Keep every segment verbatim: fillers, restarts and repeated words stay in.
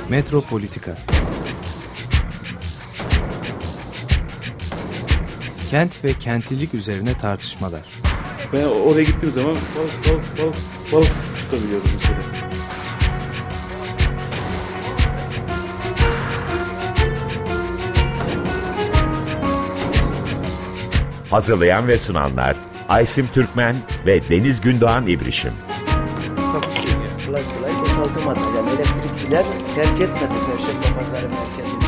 Metropolitika. Kent ve kentlilik üzerine tartışmalar. Ben oraya gittiğim zaman balık balık balık balık tutabiliyordum mesela. Hazırlayan ve sunanlar Aysim Türkmen ve Deniz Gündoğan İbrişim. Takusuyor ya. Kolay kolay boşaltamadı. Yani elektrikçiler terk etmedi Perşembe Pazarı merkezini.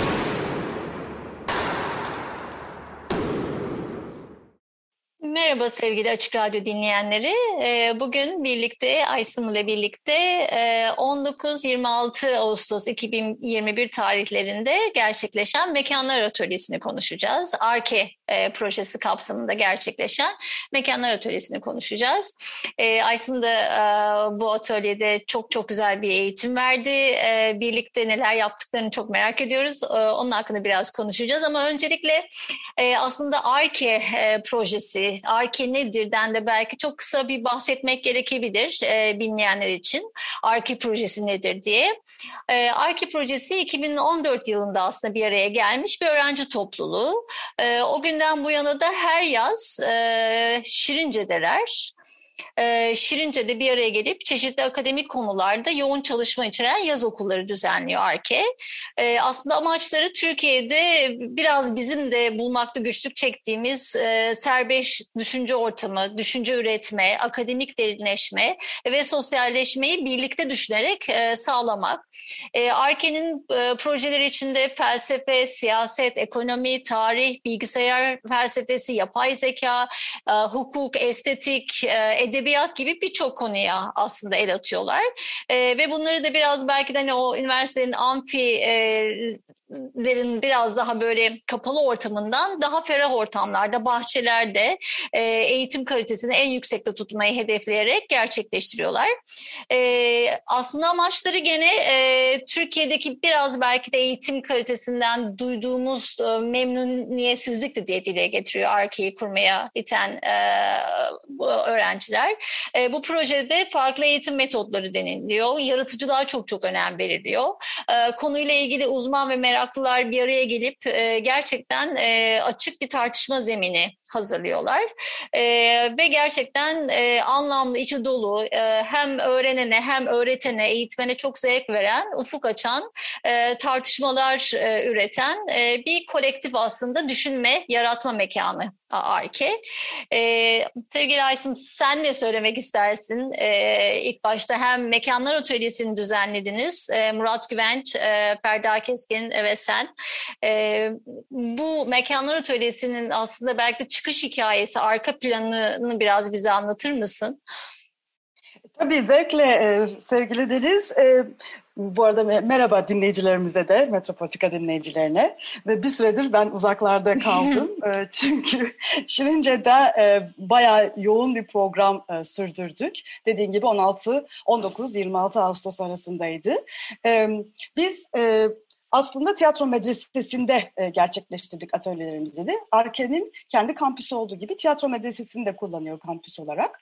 Merhaba sevgili Açık Radyo dinleyenleri. Bugün birlikte Aysim ile birlikte on dokuz yirmi altı Ağustos iki bin yirmi bir tarihlerinde gerçekleşen Mekanlar Atölyesi'ni konuşacağız. ARKE projesi kapsamında gerçekleşen Mekanlar Atölyesi'ni konuşacağız. Aysim de bu atölyede çok çok güzel bir eğitim verdi. Birlikte neler yaptıklarını çok merak ediyoruz. Onun hakkında biraz konuşacağız ama öncelikle aslında ARKE projesi, ARKE nedir'den de belki çok kısa bir bahsetmek gerekebilir e, bilmeyenler için. ARKE projesi nedir diye. E, ARKE projesi iki bin on dört yılında aslında bir araya gelmiş bir öğrenci topluluğu. E, o günden bu yana da her yaz e, Şirince'deler. Ee, Şirince'de bir araya gelip çeşitli akademik konularda yoğun çalışma içeren yaz okulları düzenliyor ARKE. Ee, aslında amaçları Türkiye'de biraz bizim de bulmakta güçlük çektiğimiz e, serbest düşünce ortamı, düşünce üretme, akademik derinleşme ve sosyalleşmeyi birlikte düşünerek e, sağlamak. E, ARKE'nin e, projeleri içinde felsefe, siyaset, ekonomi, tarih, bilgisayar felsefesi, yapay zeka, e, hukuk, estetik, e, edebiyat gibi birçok konuya aslında el atıyorlar. E, ve bunları da biraz belki de hani o üniversitenin amfilerin biraz daha böyle kapalı ortamından daha ferah ortamlarda, bahçelerde e, eğitim kalitesini en yüksekte tutmayı hedefleyerek gerçekleştiriyorlar. E, aslında amaçları gene e, Türkiye'deki biraz belki de eğitim kalitesinden duyduğumuz e, memnuniyetsizlik de diye dile getiriyor ARKE'yi kurmaya iten e, öğrenciler. E, bu projede farklı eğitim metotları deniliyor. Yaratıcılığa çok çok önem veriliyor. E, konuyla ilgili uzman ve meraklılar bir araya gelip e, gerçekten e, açık bir tartışma zemini hazırlıyorlar. E, ve gerçekten e, anlamlı, içi dolu, e, hem öğrenene hem öğretene, eğitmene çok zevk veren, ufuk açan, e, tartışmalar e, üreten e, bir kolektif aslında düşünme, yaratma mekanı ARKE. E, sevgili Aysim, sen ne söylemek istersin? E, ilk başta hem Mekanlar Atölyesi'ni düzenlediniz. E, Murat Güvenç, e, Ferda Keskin ve sen. E, bu Mekanlar Atölyesi'nin aslında belki de çıkış hikayesi, arka planını biraz bize anlatır mısın? Tabii zevkle e, sevgili Deniz. E, bu arada merhaba dinleyicilerimize de, Metropolitika dinleyicilerine. Ve bir süredir ben uzaklarda kaldım. e, çünkü Şirince'de e, bayağı yoğun bir program e, sürdürdük. Dediğim gibi on altı on dokuz yirmi altı Ağustos arasındaydı. E, biz... E, Aslında tiyatro medresesinde e, gerçekleştirdik atölyelerimizi de. ARKE'nin kendi kampüsü olduğu gibi tiyatro medresesini de kullanıyor kampüs olarak.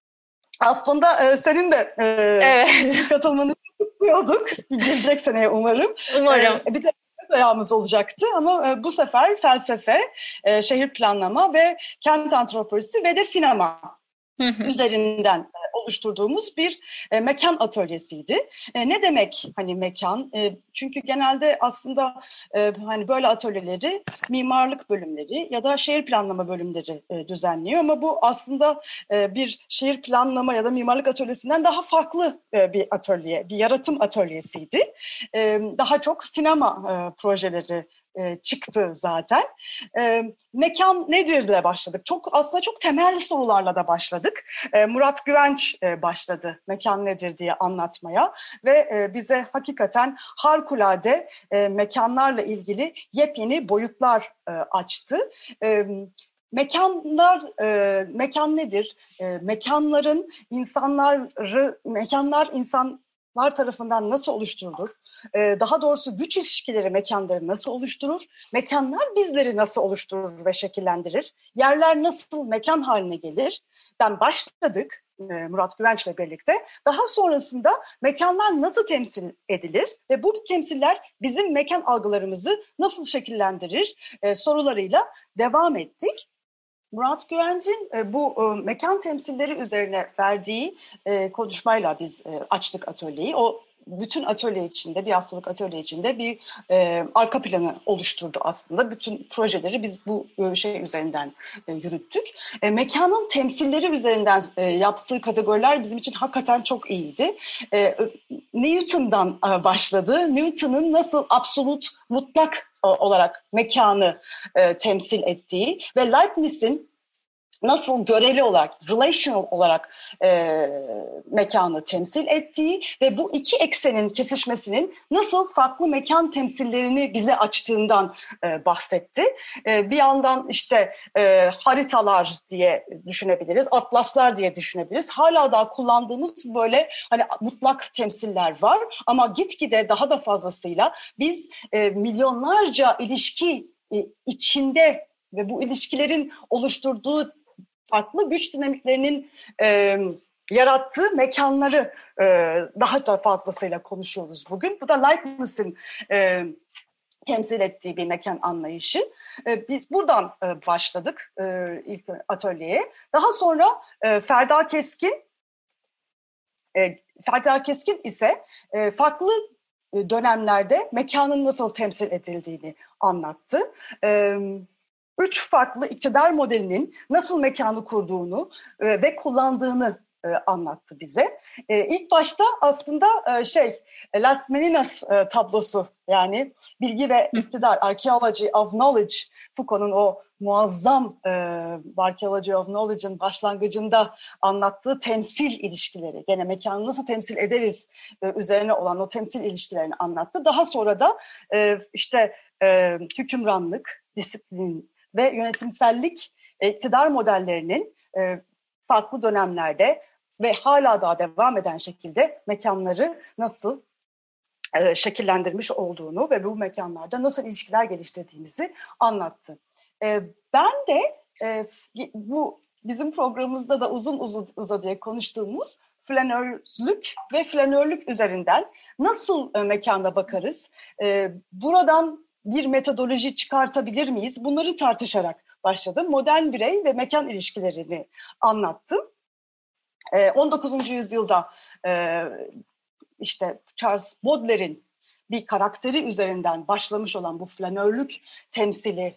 Aslında e, senin de e, evet. katılmanı istiyorduk. Gelecek seneye umarım. Umarım. E, bir de ayağımız olacaktı ama e, bu sefer felsefe, e, şehir planlama ve kent antropolojisi ve de sinema üzerinden e, oluşturduğumuz bir e, mekan atölyesiydi. E, ne demek hani mekan? E, çünkü genelde aslında e, hani böyle atölyeleri mimarlık bölümleri ya da şehir planlama bölümleri e, düzenliyor ama bu aslında e, bir şehir planlama ya da mimarlık atölyesinden daha farklı e, bir atölye, bir yaratım atölyesiydi. E, daha çok sinema e, projeleri çıktı zaten. E, mekan nedir de başladık. Çok aslında çok temel sorularla da başladık. E, Murat Güvenç e, başladı mekan nedir diye anlatmaya ve e, bize hakikaten harikulade e, mekanlarla ilgili yepyeni boyutlar e, açtı. E, Mekanlar, e, mekan nedir? E, mekanların insanları, mekanlar insanlar tarafından nasıl oluşturulur? Daha doğrusu güç ilişkileri mekanları nasıl oluşturur? Mekanlar bizleri nasıl oluşturur ve şekillendirir? Yerler nasıl mekan haline gelir? Den başladık. Murat Güvenç'le birlikte. Daha sonrasında mekanlar nasıl temsil edilir ve bu temsiller bizim mekan algılarımızı nasıl şekillendirir e, sorularıyla devam ettik. Murat Güvenç'in e, bu e, mekan temsilleri üzerine verdiği e, konuşmayla biz e, açtık atölyeyi. O bütün atölye içinde, bir haftalık atölye içinde bir e, arka planı oluşturdu aslında. Bütün projeleri biz bu e, şey üzerinden e, yürüttük. E, mekanın temsilleri üzerinden e, yaptığı kategoriler bizim için hakikaten çok iyiydi. E, Newton'dan e, başladı. Newton'un nasıl absolut, mutlak e, olarak mekanı e, temsil ettiği ve Leibniz'in nasıl göreli olarak, relational olarak e, mekanı temsil ettiği ve bu iki eksenin kesişmesinin nasıl farklı mekan temsillerini bize açtığından e, bahsetti. E, bir yandan işte e, haritalar diye düşünebiliriz, atlaslar diye düşünebiliriz. Hala daha kullandığımız böyle hani mutlak temsiller var ama gitgide daha da fazlasıyla biz e, milyonlarca ilişki e, içinde ve bu ilişkilerin oluşturduğu farklı güç dinamiklerinin e, yarattığı mekanları e, daha da fazlasıyla konuşuyoruz bugün. Bu da Leibniz'in e, temsil ettiği bir mekan anlayışı. E, biz buradan e, başladık e, ilk atölyeye. Daha sonra e, Ferda Keskin, e, Ferda Keskin ise e, farklı dönemlerde mekanın nasıl temsil edildiğini anlattı. Evet. Üç farklı iktidar modelinin nasıl mekanı kurduğunu e, ve kullandığını e, anlattı bize. E, ilk başta aslında e, şey Las Meninas e, tablosu, yani bilgi ve iktidar, Archaeology of Knowledge, Foucault'un o muazzam e, Archaeology of Knowledge'ın başlangıcında anlattığı temsil ilişkileri, gene mekanı nasıl temsil ederiz e, üzerine olan o temsil ilişkilerini anlattı. Daha sonra da e, işte e, hükümranlık, disiplin ve yönetimsellik iktidar modellerinin e, farklı dönemlerde ve hala daha devam eden şekilde mekanları nasıl e, şekillendirmiş olduğunu ve bu mekanlarda nasıl ilişkiler geliştirdiğimizi anlattı. E, ben de e, bu bizim programımızda da uzun uzun uzadıya konuştuğumuz flanörlük ve flanörlük üzerinden nasıl e, mekanda bakarız? E, buradan bir metodoloji çıkartabilir miyiz? Bunları tartışarak başladım. Modern birey ve mekan ilişkilerini anlattım. on dokuzuncu yüzyılda işte Charles Baudelaire'in bir karakteri üzerinden başlamış olan bu flanörlük temsili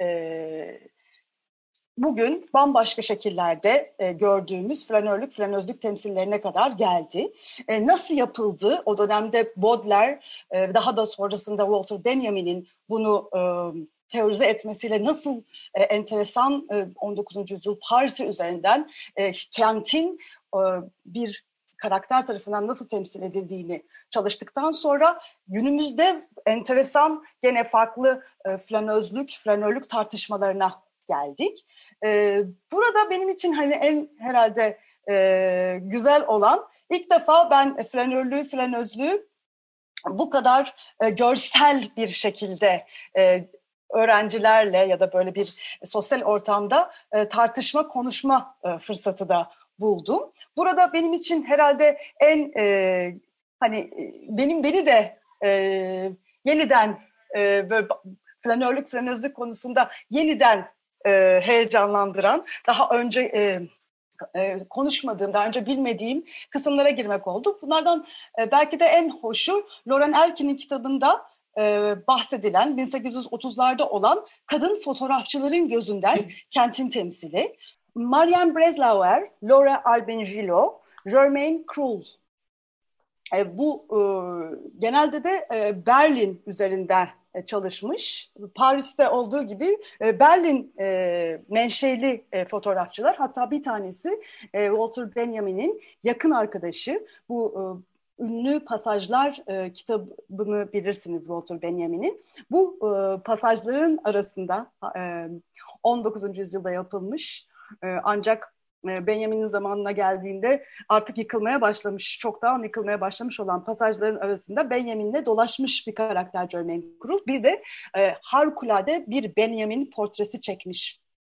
bugün bambaşka şekillerde e, gördüğümüz flanörlük, flanözlük temsillerine kadar geldi. E, nasıl yapıldı? O dönemde Baudelaire, e, daha da sonrasında Walter Benjamin'in bunu e, teorize etmesiyle nasıl e, enteresan e, on dokuzuncu yüzyıl Paris'i üzerinden e, kentin e, bir karakter tarafından nasıl temsil edildiğini çalıştıktan sonra günümüzde enteresan gene farklı e, flanözlük, flanörlük tartışmalarına geldik. Ee, burada benim için hani en herhalde e, güzel olan, ilk defa ben flanörlüğü, flanözlüğü bu kadar e, görsel bir şekilde e, öğrencilerle ya da böyle bir sosyal ortamda e, tartışma, konuşma e, fırsatı da buldum. Burada benim için herhalde en e, hani benim beni de e, yeniden e, böyle flanörlük, flanözlük konusunda yeniden E, heyecanlandıran, daha önce e, e, konuşmadığım, daha önce bilmediğim kısımlara girmek oldu. Bunlardan e, belki de en hoşu Lauren Elkin'in kitabında e, bahsedilen bin sekiz yüz otuzlarda olan kadın fotoğrafçıların gözünden kentin temsili. Marianne Breslauer, Laura Albengilo, Germaine Krull. E, bu e, genelde de e, Berlin üzerinden çalışmış. Paris'te olduğu gibi Berlin e, menşeli e, fotoğrafçılar, hatta bir tanesi e, Walter Benjamin'in yakın arkadaşı. Bu e, ünlü pasajlar e, kitabını bilirsiniz Walter Benjamin'in. Bu e, pasajların arasında e, on dokuzuncu yüzyılda yapılmış e, ancak Benjamin'in zamanına geldiğinde artık yıkılmaya başlamış, çoktan yıkılmaya başlamış olan pasajların arasında Benjamin'le dolaşmış bir karakter Germaine Krull. Bir de e, harikulade bir Benjamin portresi çekmiş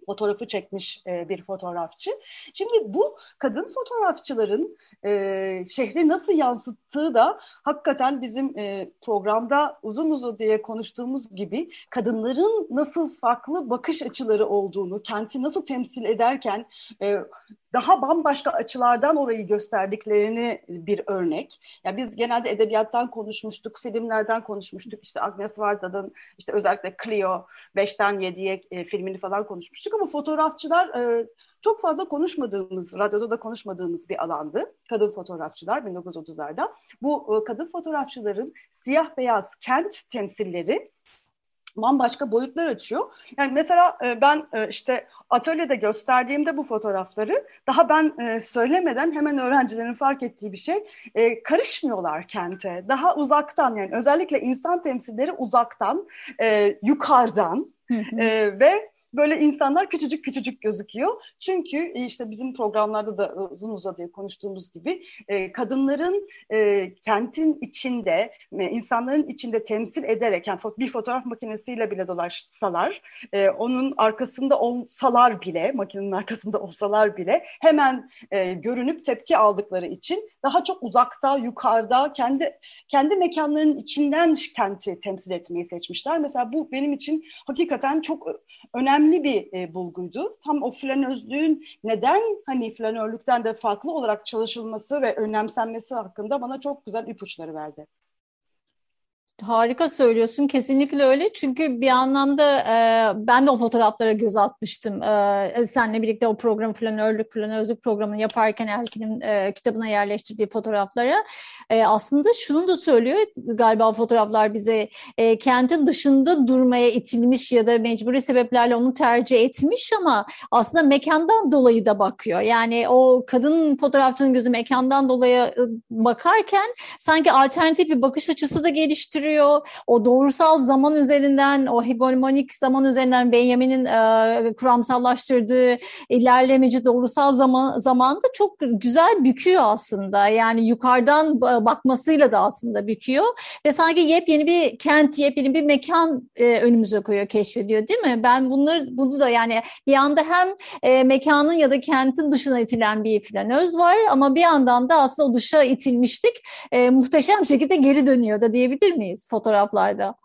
fotoğrafı çekmiş e, bir fotoğrafçı. Şimdi bu kadın fotoğrafçıların e, şehri nasıl yansıttığı da hakikaten bizim e, programda uzun uzun diye konuştuğumuz gibi kadınların nasıl farklı bakış açıları olduğunu, kenti nasıl temsil ederken e, daha bambaşka açılardan orayı gösterdiklerini bir örnek. Ya biz genelde edebiyattan konuşmuştuk, filmlerden konuşmuştuk. İşte Agnes Varda'nın işte özellikle Clio beşten yediye e, filmini falan konuşmuştuk ama fotoğrafçılar e, çok fazla konuşmadığımız, radyoda da konuşmadığımız bir alandı. Kadın fotoğrafçılar bin dokuz yüz otuzlarda. Bu e, kadın fotoğrafçıların siyah beyaz kent temsilleri bambaşka boyutlar açıyor. Yani mesela ben işte atölyede gösterdiğimde bu fotoğrafları daha ben söylemeden hemen öğrencilerin fark ettiği bir şey, karışmıyorlar kente. Daha uzaktan, yani özellikle insan temsilleri uzaktan, yukarıdan ve böyle insanlar küçücük küçücük gözüküyor. Çünkü işte bizim programlarda da uzun uzadıya konuştuğumuz gibi e, kadınların e, kentin içinde, e, insanların içinde temsil ederek, yani bir fotoğraf makinesiyle bile dolaşsalar, e, onun arkasında olsalar bile, makinenin arkasında olsalar bile hemen e, görünüp tepki aldıkları için daha çok uzakta, yukarıda, kendi kendi mekanlarının içinden kenti temsil etmeyi seçmişler. Mesela bu benim için hakikaten çok önemli bir e, bulguydu. Tam o flanözlüğün neden hani flanörlükten de farklı olarak çalışılması ve önemsenmesi hakkında bana çok güzel ipuçları verdi. Harika söylüyorsun, kesinlikle öyle, çünkü bir anlamda e, ben de o fotoğraflara göz atmıştım. E, seninle birlikte o program, flanörlük, flanözlük programını yaparken Erkin'in e, kitabına yerleştirdiği fotoğraflara e, aslında şunu da söylüyor galiba fotoğraflar bize, e, kentin dışında durmaya itilmiş ya da mecburi sebeplerle onu tercih etmiş ama aslında mekandan dolayı da bakıyor. Yani o kadın fotoğrafçının gözü mekandan dolayı bakarken sanki alternatif bir bakış açısı da geliştiriyor. O doğrusal zaman üzerinden, o hegemonik zaman üzerinden Benjamin'in e, kuramsallaştırdığı ilerlemeci doğrusal zaman zamanda çok güzel büküyor aslında. Yani yukarıdan bakmasıyla da aslında büküyor ve sanki yepyeni bir kent, yepyeni bir mekan e, önümüze koyuyor, keşfediyor, değil mi? Ben bunları bunu da yani bir anda hem e, mekanın ya da kentin dışına itilen bir flanöz var ama bir yandan da aslında o dışa itilmişlik e, muhteşem şekilde geri dönüyor da diyebilir miyiz fotoğraflarda?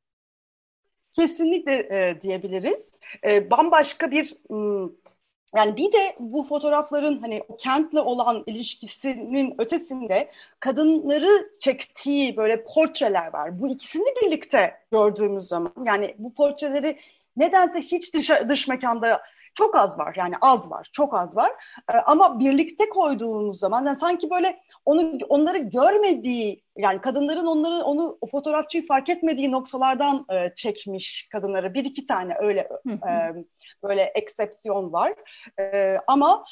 Kesinlikle e, diyebiliriz. E, bambaşka bir m, yani bir de bu fotoğrafların hani o kentle olan ilişkisinin ötesinde kadınları çektiği böyle portreler var. Bu ikisini birlikte gördüğümüz zaman, yani bu portreleri nedense hiç dış, dış mekanda çok az var, yani az var, çok az var. Ee, ama birlikte koyduğunuz zaman yani sanki böyle onu onları görmediği, yani kadınların onları onu o fotoğrafçıyı fark etmediği noktalardan e, çekmiş kadınları. Bir iki tane öyle e, böyle eksepsiyon var. E, ama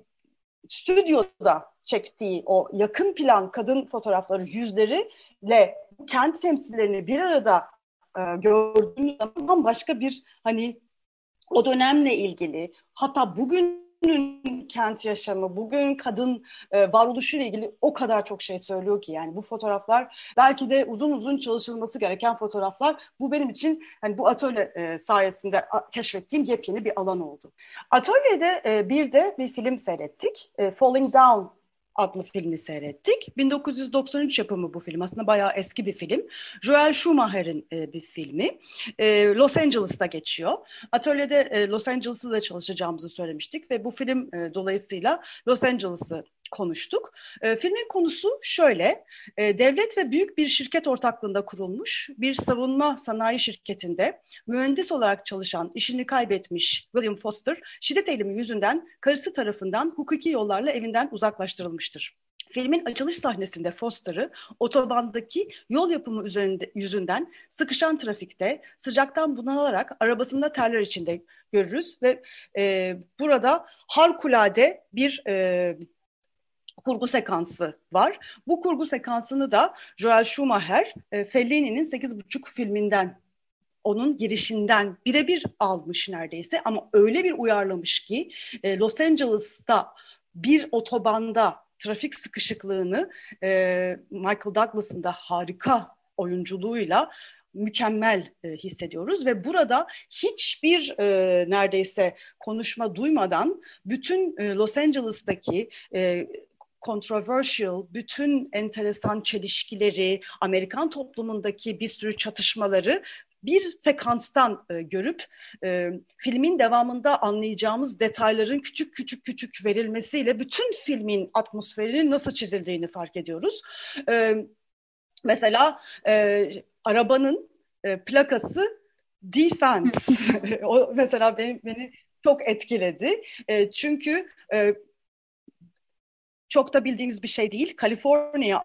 stüdyoda çektiği o yakın plan kadın fotoğrafları, yüzleriyle kent temsillerini bir arada e, gördüğümüz zaman başka bir hani o dönemle ilgili, hatta bugünün kent yaşamı, bugün kadın e, varoluşuyla ilgili o kadar çok şey söylüyor ki, yani bu fotoğraflar belki de uzun uzun çalışılması gereken fotoğraflar. Bu benim için hani bu atölye e, sayesinde a, keşfettiğim yepyeni bir alan oldu. Atölyede e, bir de bir film seyrettik. E, Falling Down adlı filmi seyrettik. bin dokuz yüz doksan üç yapımı bu film. Aslında bayağı eski bir film. Joel Schumacher'in e, bir filmi. E, Los Angeles'ta geçiyor. Atölyede e, Los Angeles'ta da çalışacağımızı söylemiştik ve bu film e, dolayısıyla Los Angeles'ı konuştuk. E, filmin konusu şöyle. E, devlet ve büyük bir şirket ortaklığında kurulmuş bir savunma sanayi şirketinde mühendis olarak çalışan, işini kaybetmiş William Foster, şiddet eylemi yüzünden karısı tarafından hukuki yollarla evinden uzaklaştırılmıştır. Filmin açılış sahnesinde Foster'ı otobandaki yol yapımı üzerinde, yüzünden sıkışan trafikte sıcaktan bunalarak arabasında terler içinde görürüz ve e, burada harikulade bir e, kurgu sekansı var. Bu kurgu sekansını da Joel Schumacher, e, Fellini'nin sekiz buçuk filminden, onun girişinden birebir almış neredeyse, ama öyle bir uyarlamış ki e, Los Angeles'ta bir otobanda trafik sıkışıklığını e, Michael Douglas'ın da harika oyunculuğuyla mükemmel e, hissediyoruz ve burada hiçbir e, neredeyse konuşma duymadan bütün e, Los Angeles'taki e, controversial, bütün enteresan çelişkileri, Amerikan toplumundaki bir sürü çatışmaları bir sekanstan e, görüp e, filmin devamında anlayacağımız detayların küçük küçük küçük verilmesiyle bütün filmin atmosferinin nasıl çizildiğini fark ediyoruz. E, mesela e, arabanın e, plakası Defense. O mesela beni, beni çok etkiledi. E, çünkü e, çok da bildiğiniz bir şey değil. Kaliforniya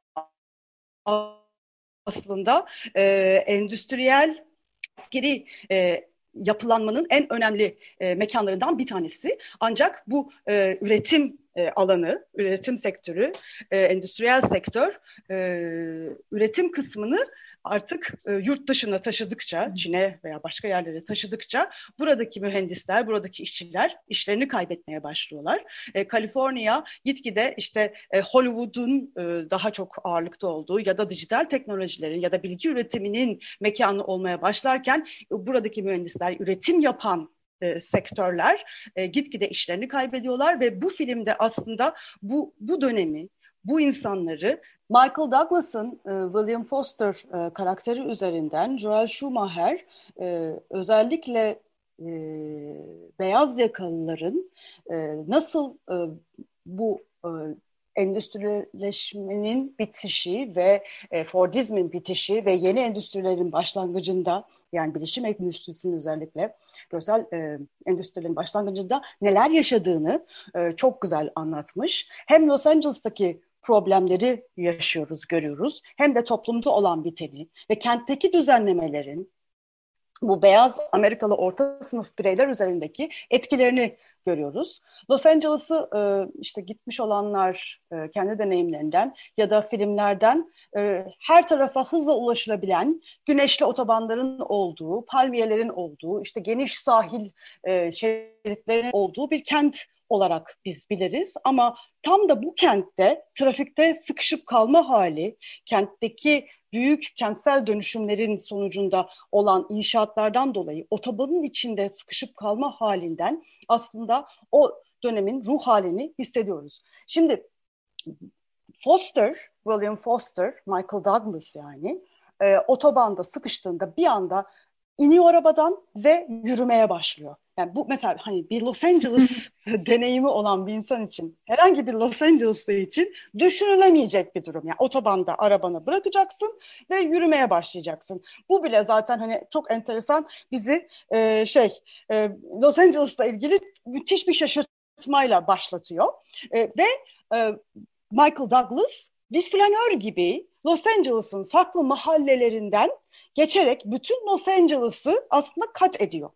aslında e, endüstriyel askeri e, yapılanmanın en önemli e, mekanlarından bir tanesi. Ancak bu e, üretim e, alanı, üretim sektörü, e, endüstriyel sektör e, üretim kısmını artık e, yurt dışına taşıdıkça, Çin'e veya başka yerlere taşıdıkça buradaki mühendisler, buradaki işçiler işlerini kaybetmeye başlıyorlar. E, Kaliforniya gitgide işte e, Hollywood'un e, daha çok ağırlıkta olduğu ya da dijital teknolojilerin ya da bilgi üretiminin mekanı olmaya başlarken e, buradaki mühendisler, üretim yapan E, sektörler e, gitgide işlerini kaybediyorlar ve bu filmde aslında bu bu dönemi, bu insanları Michael Douglas'ın e, William Foster e, karakteri üzerinden Joel Schumacher e, özellikle e, beyaz yakalıların e, nasıl e, bu e, endüstrileşmenin bitişi ve e, Fordizmin bitişi ve yeni endüstrilerin başlangıcında, yani bilişim endüstrisinin özellikle görsel e, endüstrilerin başlangıcında neler yaşadığını e, çok güzel anlatmış. Hem Los Angeles'taki problemleri yaşıyoruz, görüyoruz, hem de toplumda olan biteni ve kentteki düzenlemelerin bu beyaz Amerikalı orta sınıf bireyler üzerindeki etkilerini görüyoruz. Los Angeles'ı e, işte gitmiş olanlar e, kendi deneyimlerinden ya da filmlerden e, her tarafa hızla ulaşılabilen güneşli otobanların olduğu, palmiyelerin olduğu, işte geniş sahil e, şeritlerin olduğu bir kent olarak biz biliriz. Ama tam da bu kentte trafikte sıkışıp kalma hali, kentteki büyük kentsel dönüşümlerin sonucunda olan inşaatlardan dolayı otobanın içinde sıkışıp kalma halinden aslında o dönemin ruh halini hissediyoruz. Şimdi Foster, William Foster, Michael Douglas yani e, otobanda sıkıştığında bir anda iniyor arabadan ve yürümeye başlıyor. Yani bu mesela hani bir Los Angeles deneyimi olan bir insan için, herhangi bir Los Angeles'lı için düşünülemeyecek bir durum. Yani otobanda arabanı bırakacaksın ve yürümeye başlayacaksın. Bu bile zaten hani çok enteresan, bizi e, şey e, Los Angeles'la ilgili müthiş bir şaşırtmayla başlatıyor. E, ve e, Michael Douglas bir flanör gibi Los Angeles'ın farklı mahallelerinden geçerek bütün Los Angeles'ı aslında kat ediyor.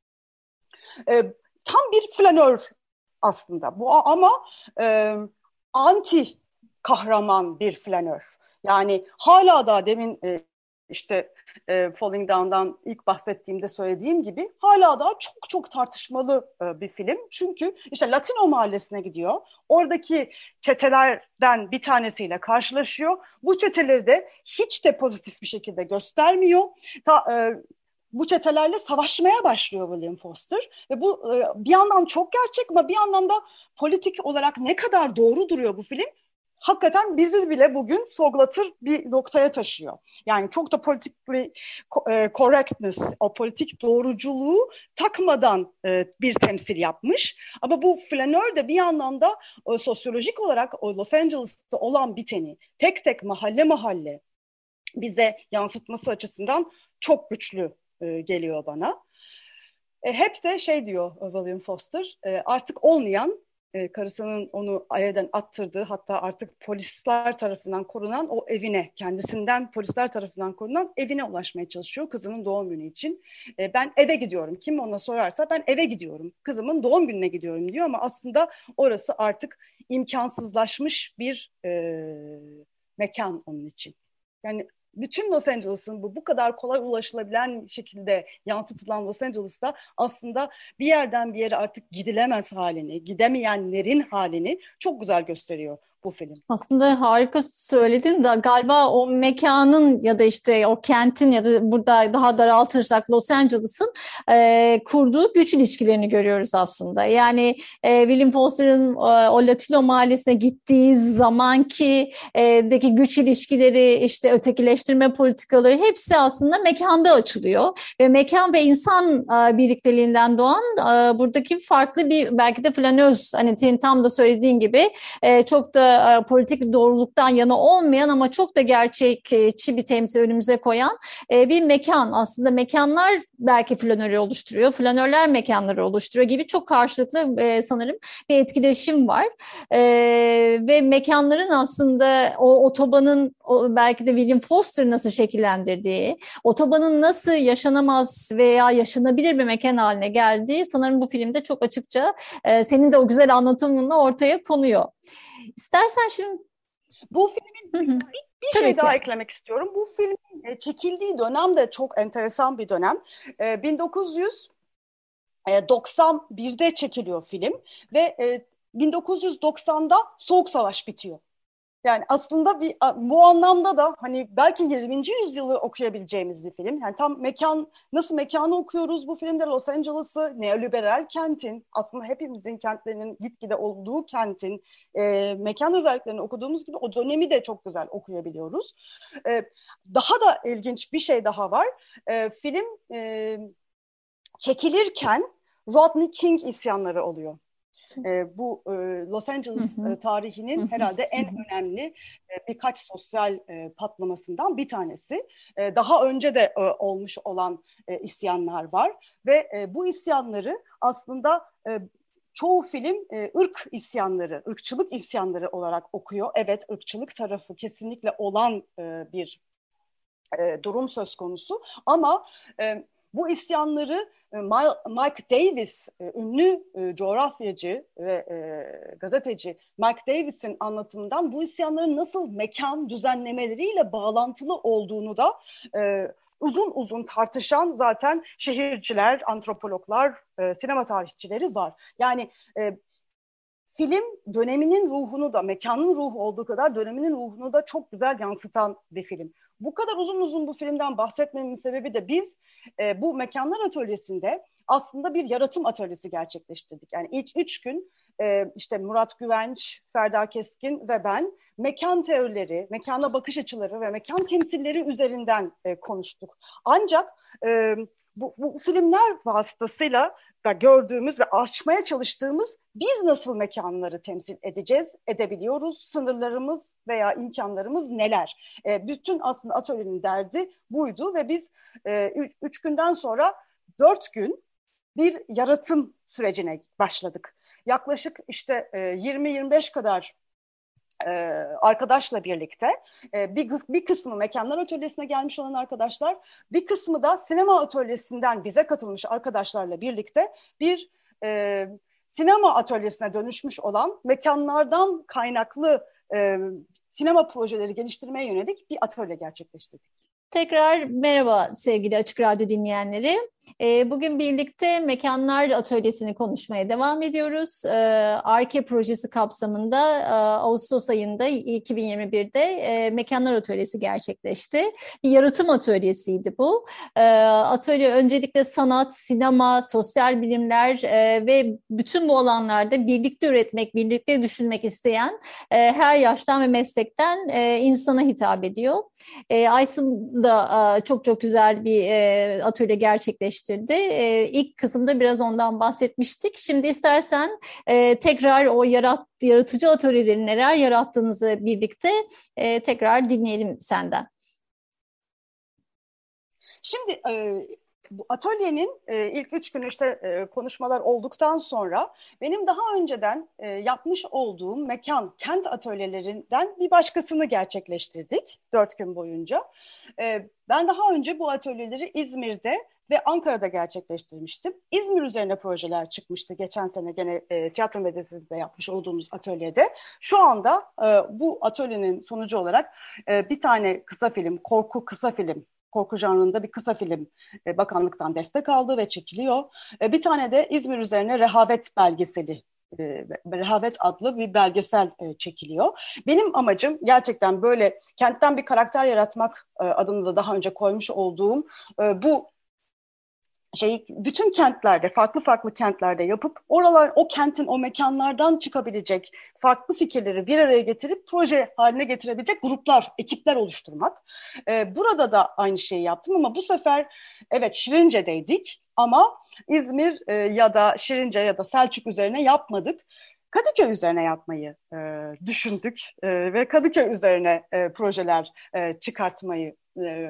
E, tam bir flanör aslında bu, ama e, anti kahraman bir flanör. Yani hala da demin e, işte e, Falling Down'dan ilk bahsettiğimde söylediğim gibi hala da çok çok tartışmalı e, bir film. Çünkü işte Latino mahallesine gidiyor. Oradaki çetelerden bir tanesiyle karşılaşıyor. Bu çeteleri de hiç de pozitif bir şekilde göstermiyor. Ta, e, bu çetelerle savaşmaya başlıyor William Foster ve bu e, bir yandan çok gerçek ama bir yandan da politik olarak ne kadar doğru duruyor bu film, hakikaten bizi bile bugün sorgulatır bir noktaya taşıyor. Yani çok da politically correctness, o politik doğruculuğu takmadan e, bir temsil yapmış. Ama bu flanör de bir yandan da o, sosyolojik olarak o Los Angeles'ta olan biteni tek tek mahalle mahalle bize yansıtması açısından çok güçlü e, geliyor bana. E, hep de şey diyor William Foster, e, artık olmayan, e, karısının onu evden attırdığı, hatta artık polisler tarafından korunan o evine, kendisinden polisler tarafından korunan evine ulaşmaya çalışıyor kızının doğum günü için. E, ben eve gidiyorum. Kim ona sorarsa ben eve gidiyorum. Kızımın doğum gününe gidiyorum diyor ama aslında orası artık imkansızlaşmış bir e, mekan onun için. Yani bütün Los Angeles'ın bu bu kadar kolay ulaşılabilen şekilde yansıtılan Los Angeles'ta aslında bir yerden bir yere artık gidilemez halini, gidemeyenlerin halini çok güzel gösteriyor bu film. Aslında harika söyledin de galiba o mekanın ya da işte o kentin ya da burada daha daraltırsak Los Angeles'ın e, kurduğu güç ilişkilerini görüyoruz aslında. Yani e, William Foster'ın e, o Latino mahallesine gittiği zamanki e, deki güç ilişkileri, işte ötekileştirme politikaları hepsi aslında mekanda açılıyor ve mekan ve insan e, birlikteliğinden doğan e, buradaki farklı bir belki de flanöz, hani senin tam da söylediğin gibi e, çok da e, politik doğruluktan yana olmayan ama çok da gerçekçi bir temsil önümüze koyan e, bir mekan. Aslında mekanlar belki flanörü oluşturuyor, flanörler mekanları oluşturuyor gibi çok karşılıklı e, sanırım bir etkileşim var. E, ve mekanların aslında o otobanın o, belki de William Foster nasıl şekillendirdiği, otobanın nasıl yaşanamaz veya yaşanabilir bir mekan haline geldiği sanırım bu filmde çok açıkça e, senin de o güzel anlatımınla ortaya konuyor. İstersen şimdi... Bu filmin bir, bir Tabii şey ki. daha eklemek istiyorum. Bu filmin çekildiği dönem de çok enteresan bir dönem. bin dokuz yüz doksan birde çekiliyor film ve bin dokuz yüz doksanda Soğuk Savaş bitiyor. Yani aslında bir, bu anlamda da hani belki yirminci yüzyılı okuyabileceğimiz bir film. Yani tam mekan, nasıl mekanı okuyoruz bu filmde, Los Angeles'ı, neoliberal kentin, aslında hepimizin kentlerinin gitgide olduğu kentin e, mekan özelliklerini okuduğumuz gibi o dönemi de çok güzel okuyabiliyoruz. E, daha da ilginç bir şey daha var. E, film e, çekilirken Rodney King isyanları oluyor. E, bu e, Los Angeles e, tarihinin herhalde en önemli e, birkaç sosyal e, patlamasından bir tanesi. E, daha önce de e, olmuş olan e, isyanlar var ve e, bu isyanları aslında e, çoğu film e, ırk isyanları, ırkçılık isyanları olarak okuyor. Evet, ırkçılık tarafı kesinlikle olan e, bir e, durum söz konusu ama e, bu isyanları Mike Davis, ünlü coğrafyacı ve gazeteci Mike Davis'in anlatımından bu isyanların nasıl mekan düzenlemeleriyle bağlantılı olduğunu da uzun uzun tartışan zaten şehirciler, antropologlar, sinema tarihçileri var. Yani film döneminin ruhunu da, mekanın ruhu olduğu kadar döneminin ruhunu da çok güzel yansıtan bir film. Bu kadar uzun uzun bu filmden bahsetmemin sebebi de biz e, bu Mekanlar Atölyesi'nde aslında bir yaratım atölyesi gerçekleştirdik. Yani ilk üç gün e, işte Murat Güvenç, Ferda Keskin ve ben mekan teorileri, mekana bakış açıları ve mekan temsilleri üzerinden e, konuştuk. Ancak e, bu, bu filmler vasıtasıyla da gördüğümüz ve açmaya çalıştığımız biz nasıl mekanları temsil edeceğiz, edebiliyoruz, sınırlarımız veya imkanlarımız neler? E, bütün aslında atölyenin derdi buydu ve biz e, üç, üç günden sonra dört gün bir yaratım sürecine başladık. Yaklaşık işte e, yirmi yirmi beş kadar e, arkadaşla birlikte e, bir, bir kısmı Mekanlar Atölyesi'ne gelmiş olan arkadaşlar, bir kısmı da sinema atölyesinden bize katılmış arkadaşlarla birlikte bir e, sinema atölyesine dönüşmüş olan mekanlardan kaynaklı e, sinema projeleri geliştirmeye yönelik bir atölye gerçekleştirdik. Tekrar merhaba sevgili Açık Radyo dinleyenleri. Bugün birlikte Mekanlar Atölyesi'ni konuşmaya devam ediyoruz. ARKE projesi kapsamında Ağustos ayında iki bin yirmi birde Mekanlar Atölyesi gerçekleşti. Bir yaratım atölyesiydi bu. Atölye öncelikle sanat, sinema, sosyal bilimler ve bütün bu alanlarda birlikte üretmek, birlikte düşünmek isteyen her yaştan ve meslekten insana hitap ediyor. Aysun da çok çok güzel bir atölye gerçekleştirdi. İlk kısımda biraz ondan bahsetmiştik. Şimdi istersen tekrar o yarat, yaratıcı atölyelerin neler yarattığınızı birlikte tekrar dinleyelim senden. Şimdi bu atölyenin e, ilk üç gün işte e, konuşmalar olduktan sonra benim daha önceden e, yapmış olduğum mekan, kent atölyelerinden bir başkasını gerçekleştirdik dört gün boyunca. E, ben daha önce bu atölyeleri İzmir'de ve Ankara'da gerçekleştirmiştim. İzmir üzerine projeler çıkmıştı geçen sene gene e, tiyatro medyasında yapmış olduğumuz atölyede. Şu anda e, bu atölyenin sonucu olarak e, bir tane kısa film, korku kısa film, korku janrında bir kısa film e, bakanlıktan destek aldı ve çekiliyor. E, bir tane de İzmir üzerine rehavet belgeseli e, Rehavet adlı bir belgesel e, çekiliyor. Benim amacım gerçekten böyle kentten bir karakter yaratmak e, adını da daha önce koymuş olduğum e, bu şey bütün kentlerde, farklı farklı kentlerde yapıp oralar, o kentin, o mekanlardan çıkabilecek farklı fikirleri bir araya getirip proje haline getirebilecek gruplar, ekipler oluşturmak. Ee, burada da aynı şeyi yaptım ama bu sefer evet Şirince'deydik ama İzmir e, ya da Şirince ya da Selçuk üzerine yapmadık. Kadıköy üzerine yapmayı e, düşündük e, ve Kadıköy üzerine e, projeler e, çıkartmayı e,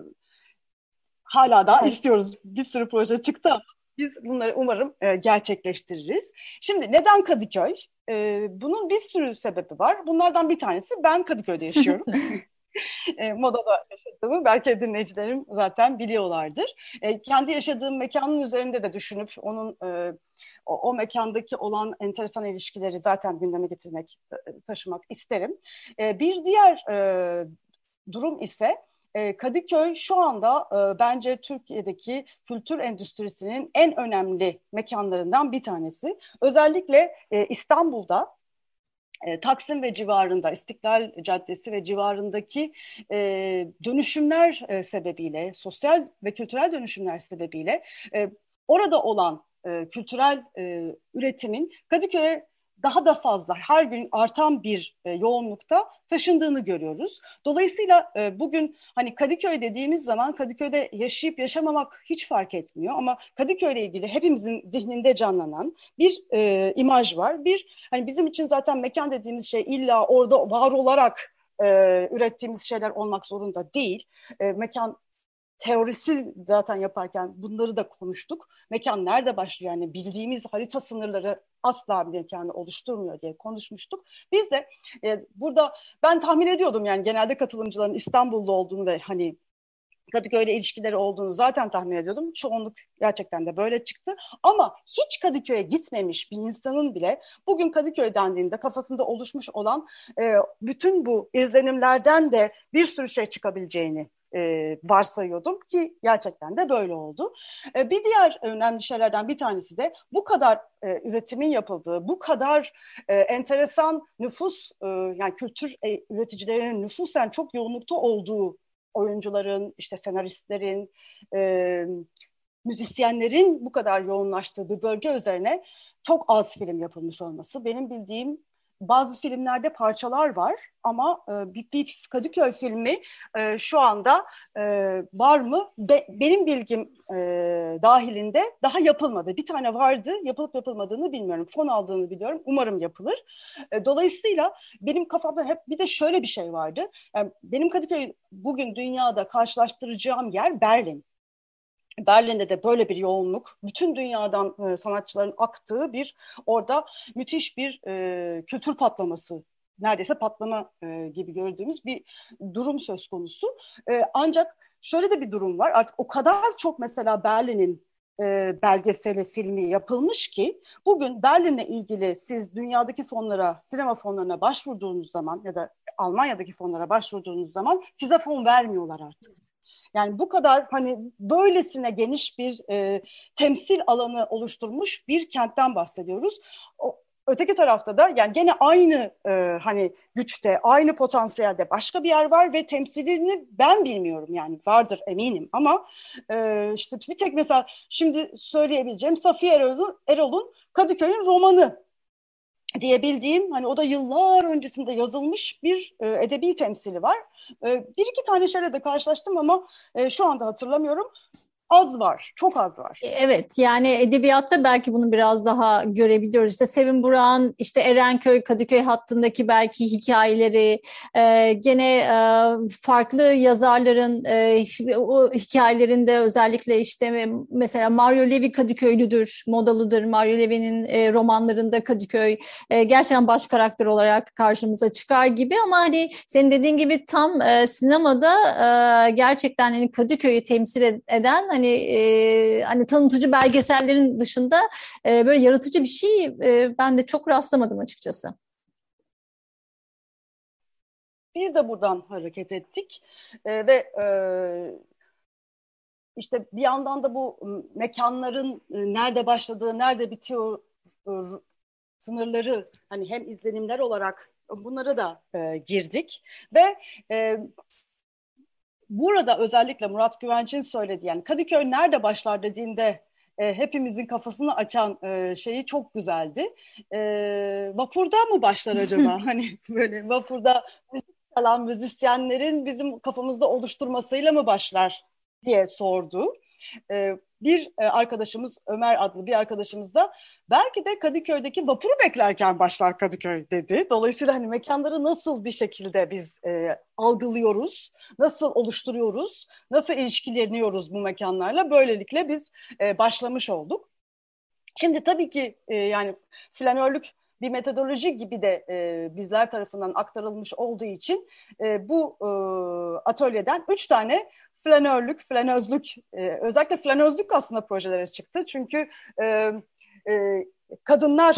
hala da evet. istiyoruz. Bir sürü proje çıktı ama biz bunları umarım e, gerçekleştiririz. Şimdi neden Kadıköy? E, bunun bir sürü sebebi var. Bunlardan bir tanesi ben Kadıköy'de yaşıyorum. e, Moda'da yaşadığımı belki dinleyicilerim zaten biliyorlardır. E, kendi yaşadığım mekanın üzerinde de düşünüp onun e, o, o mekandaki olan enteresan ilişkileri zaten gündeme getirmek, taşımak isterim. E, bir diğer e, durum ise Kadıköy şu anda e, bence Türkiye'deki kültür endüstrisinin en önemli mekanlarından bir tanesi. Özellikle e, İstanbul'da e, Taksim ve civarında, İstiklal Caddesi ve civarındaki e, dönüşümler e, sebebiyle, sosyal ve kültürel dönüşümler sebebiyle e, orada olan e, kültürel e, üretimin Kadıköy'e daha da fazla her gün artan bir e, yoğunlukta taşındığını görüyoruz. Dolayısıyla e, bugün hani Kadıköy dediğimiz zaman Kadıköy'de yaşayıp yaşamamak hiç fark etmiyor ama Kadıköy'le ilgili hepimizin zihninde canlanan bir e, imaj var. Bir hani bizim için zaten mekan dediğimiz şey illa orada var olarak e, ürettiğimiz şeyler olmak zorunda değil. E, mekan teorisi zaten yaparken bunları da konuştuk. Mekan nerede başlıyor? Yani bildiğimiz harita sınırları asla bir mekanı oluşturmuyor diye konuşmuştuk. Biz de e, burada ben tahmin ediyordum yani genelde katılımcıların İstanbul'da olduğunu ve hani Kadıköy'le ilişkileri olduğunu zaten tahmin ediyordum. Çoğunluk gerçekten de böyle çıktı. Ama hiç Kadıköy'e gitmemiş bir insanın bile bugün Kadıköy dendiğinde kafasında oluşmuş olan e, bütün bu izlenimlerden de bir sürü şey çıkabileceğini E, varsayıyordum ki gerçekten de böyle oldu. E, bir diğer önemli şeylerden bir tanesi de bu kadar e, üretimin yapıldığı, bu kadar e, enteresan nüfus, e, yani kültür e, üreticilerinin nüfusen çok yoğunlukta olduğu oyuncuların, işte senaristlerin, e, müzisyenlerin bu kadar yoğunlaştığı bir bölge üzerine çok az film yapılmış olması. Benim bildiğim bazı filmlerde parçalar var ama e, bir, bir Kadıköy filmi e, şu anda e, var mı? Be, benim bilgim e, dahilinde daha yapılmadı. Bir tane vardı, yapılıp yapılmadığını bilmiyorum. Fon aldığını biliyorum. Umarım yapılır. E, dolayısıyla benim kafamda hep bir de şöyle bir şey vardı. Yani benim Kadıköy bugün dünyada karşılaştıracağım yer Berlin. Berlin'de de böyle bir yoğunluk, bütün dünyadan e, sanatçıların aktığı bir orada müthiş bir e, kültür patlaması, neredeyse patlama e, gibi gördüğümüz bir durum söz konusu. E, ancak şöyle de bir durum var, artık o kadar çok mesela Berlin'in e, belgeseli, filmi yapılmış ki bugün Berlin'le ilgili siz dünyadaki fonlara, sinema fonlarına başvurduğunuz zaman ya da Almanya'daki fonlara başvurduğunuz zaman size fon vermiyorlar artık. Yani bu kadar hani böylesine geniş bir e, temsil alanı oluşturmuş bir kentten bahsediyoruz. O, öteki tarafta da yani gene aynı e, hani güçte, aynı potansiyelde başka bir yer var ve temsilini ben bilmiyorum yani vardır eminim ama e, işte bir tek mesela şimdi söyleyebileceğim Safiye Erol'un, Erol'un Kadıköy'ün romanı diyebildiğim hani o da yıllar öncesinde yazılmış bir e, edebi temsili var. E, bir iki tane şeyle de karşılaştım ama e, şu anda hatırlamıyorum. Az var, çok az var. Evet, yani edebiyatta belki bunu biraz daha görebiliyoruz. İşte Sevin Burak'ın işte Erenköy, Kadıköy hattındaki belki hikayeleri, e, gene e, farklı yazarların e, o hikayelerinde özellikle işte mesela Mario Levi Kadıköylüdür, modalıdır. Mario Levi'nin e, romanlarında Kadıköy e, gerçekten baş karakter olarak karşımıza çıkar gibi ama hani senin dediğin gibi tam e, sinemada e, gerçekten hani Kadıköy'ü temsil eden hani e, hani tanıtıcı belgesellerin dışında e, böyle yaratıcı bir şey e, ben de çok rastlamadım açıkçası. Biz de buradan hareket ettik e, ve e, işte bir yandan da bu mekanların e, nerede başladığı, nerede bitiyor e, sınırları, hani hem izlenimler olarak bunlara da e, girdik ve e, burada özellikle Murat Güvenç'in söylediği, yani Kadıköy nerede başlar dediğinde e, hepimizin kafasını açan e, şeyi çok güzeldi. E, vapurda mı başlar acaba? Hani böyle vapurda müzik çalan müzisyenlerin bizim kafamızda oluşturmasıyla mı başlar diye sordu. E, bir e, arkadaşımız, Ömer adlı bir arkadaşımız da belki de Kadıköy'deki vapuru beklerken başlar Kadıköy dedi. Dolayısıyla hani mekanları nasıl bir şekilde biz e, algılıyoruz, nasıl oluşturuyoruz, nasıl ilişkileniyoruz bu mekanlarla, böylelikle biz e, başlamış olduk. Şimdi tabii ki e, yani flanörlük bir metodoloji gibi de e, bizler tarafından aktarılmış olduğu için e, bu e, atölyeden üç tane flanörlük, flanözlük, e, özellikle flanözlük aslında projelere çıktı. Çünkü e, e, kadınlar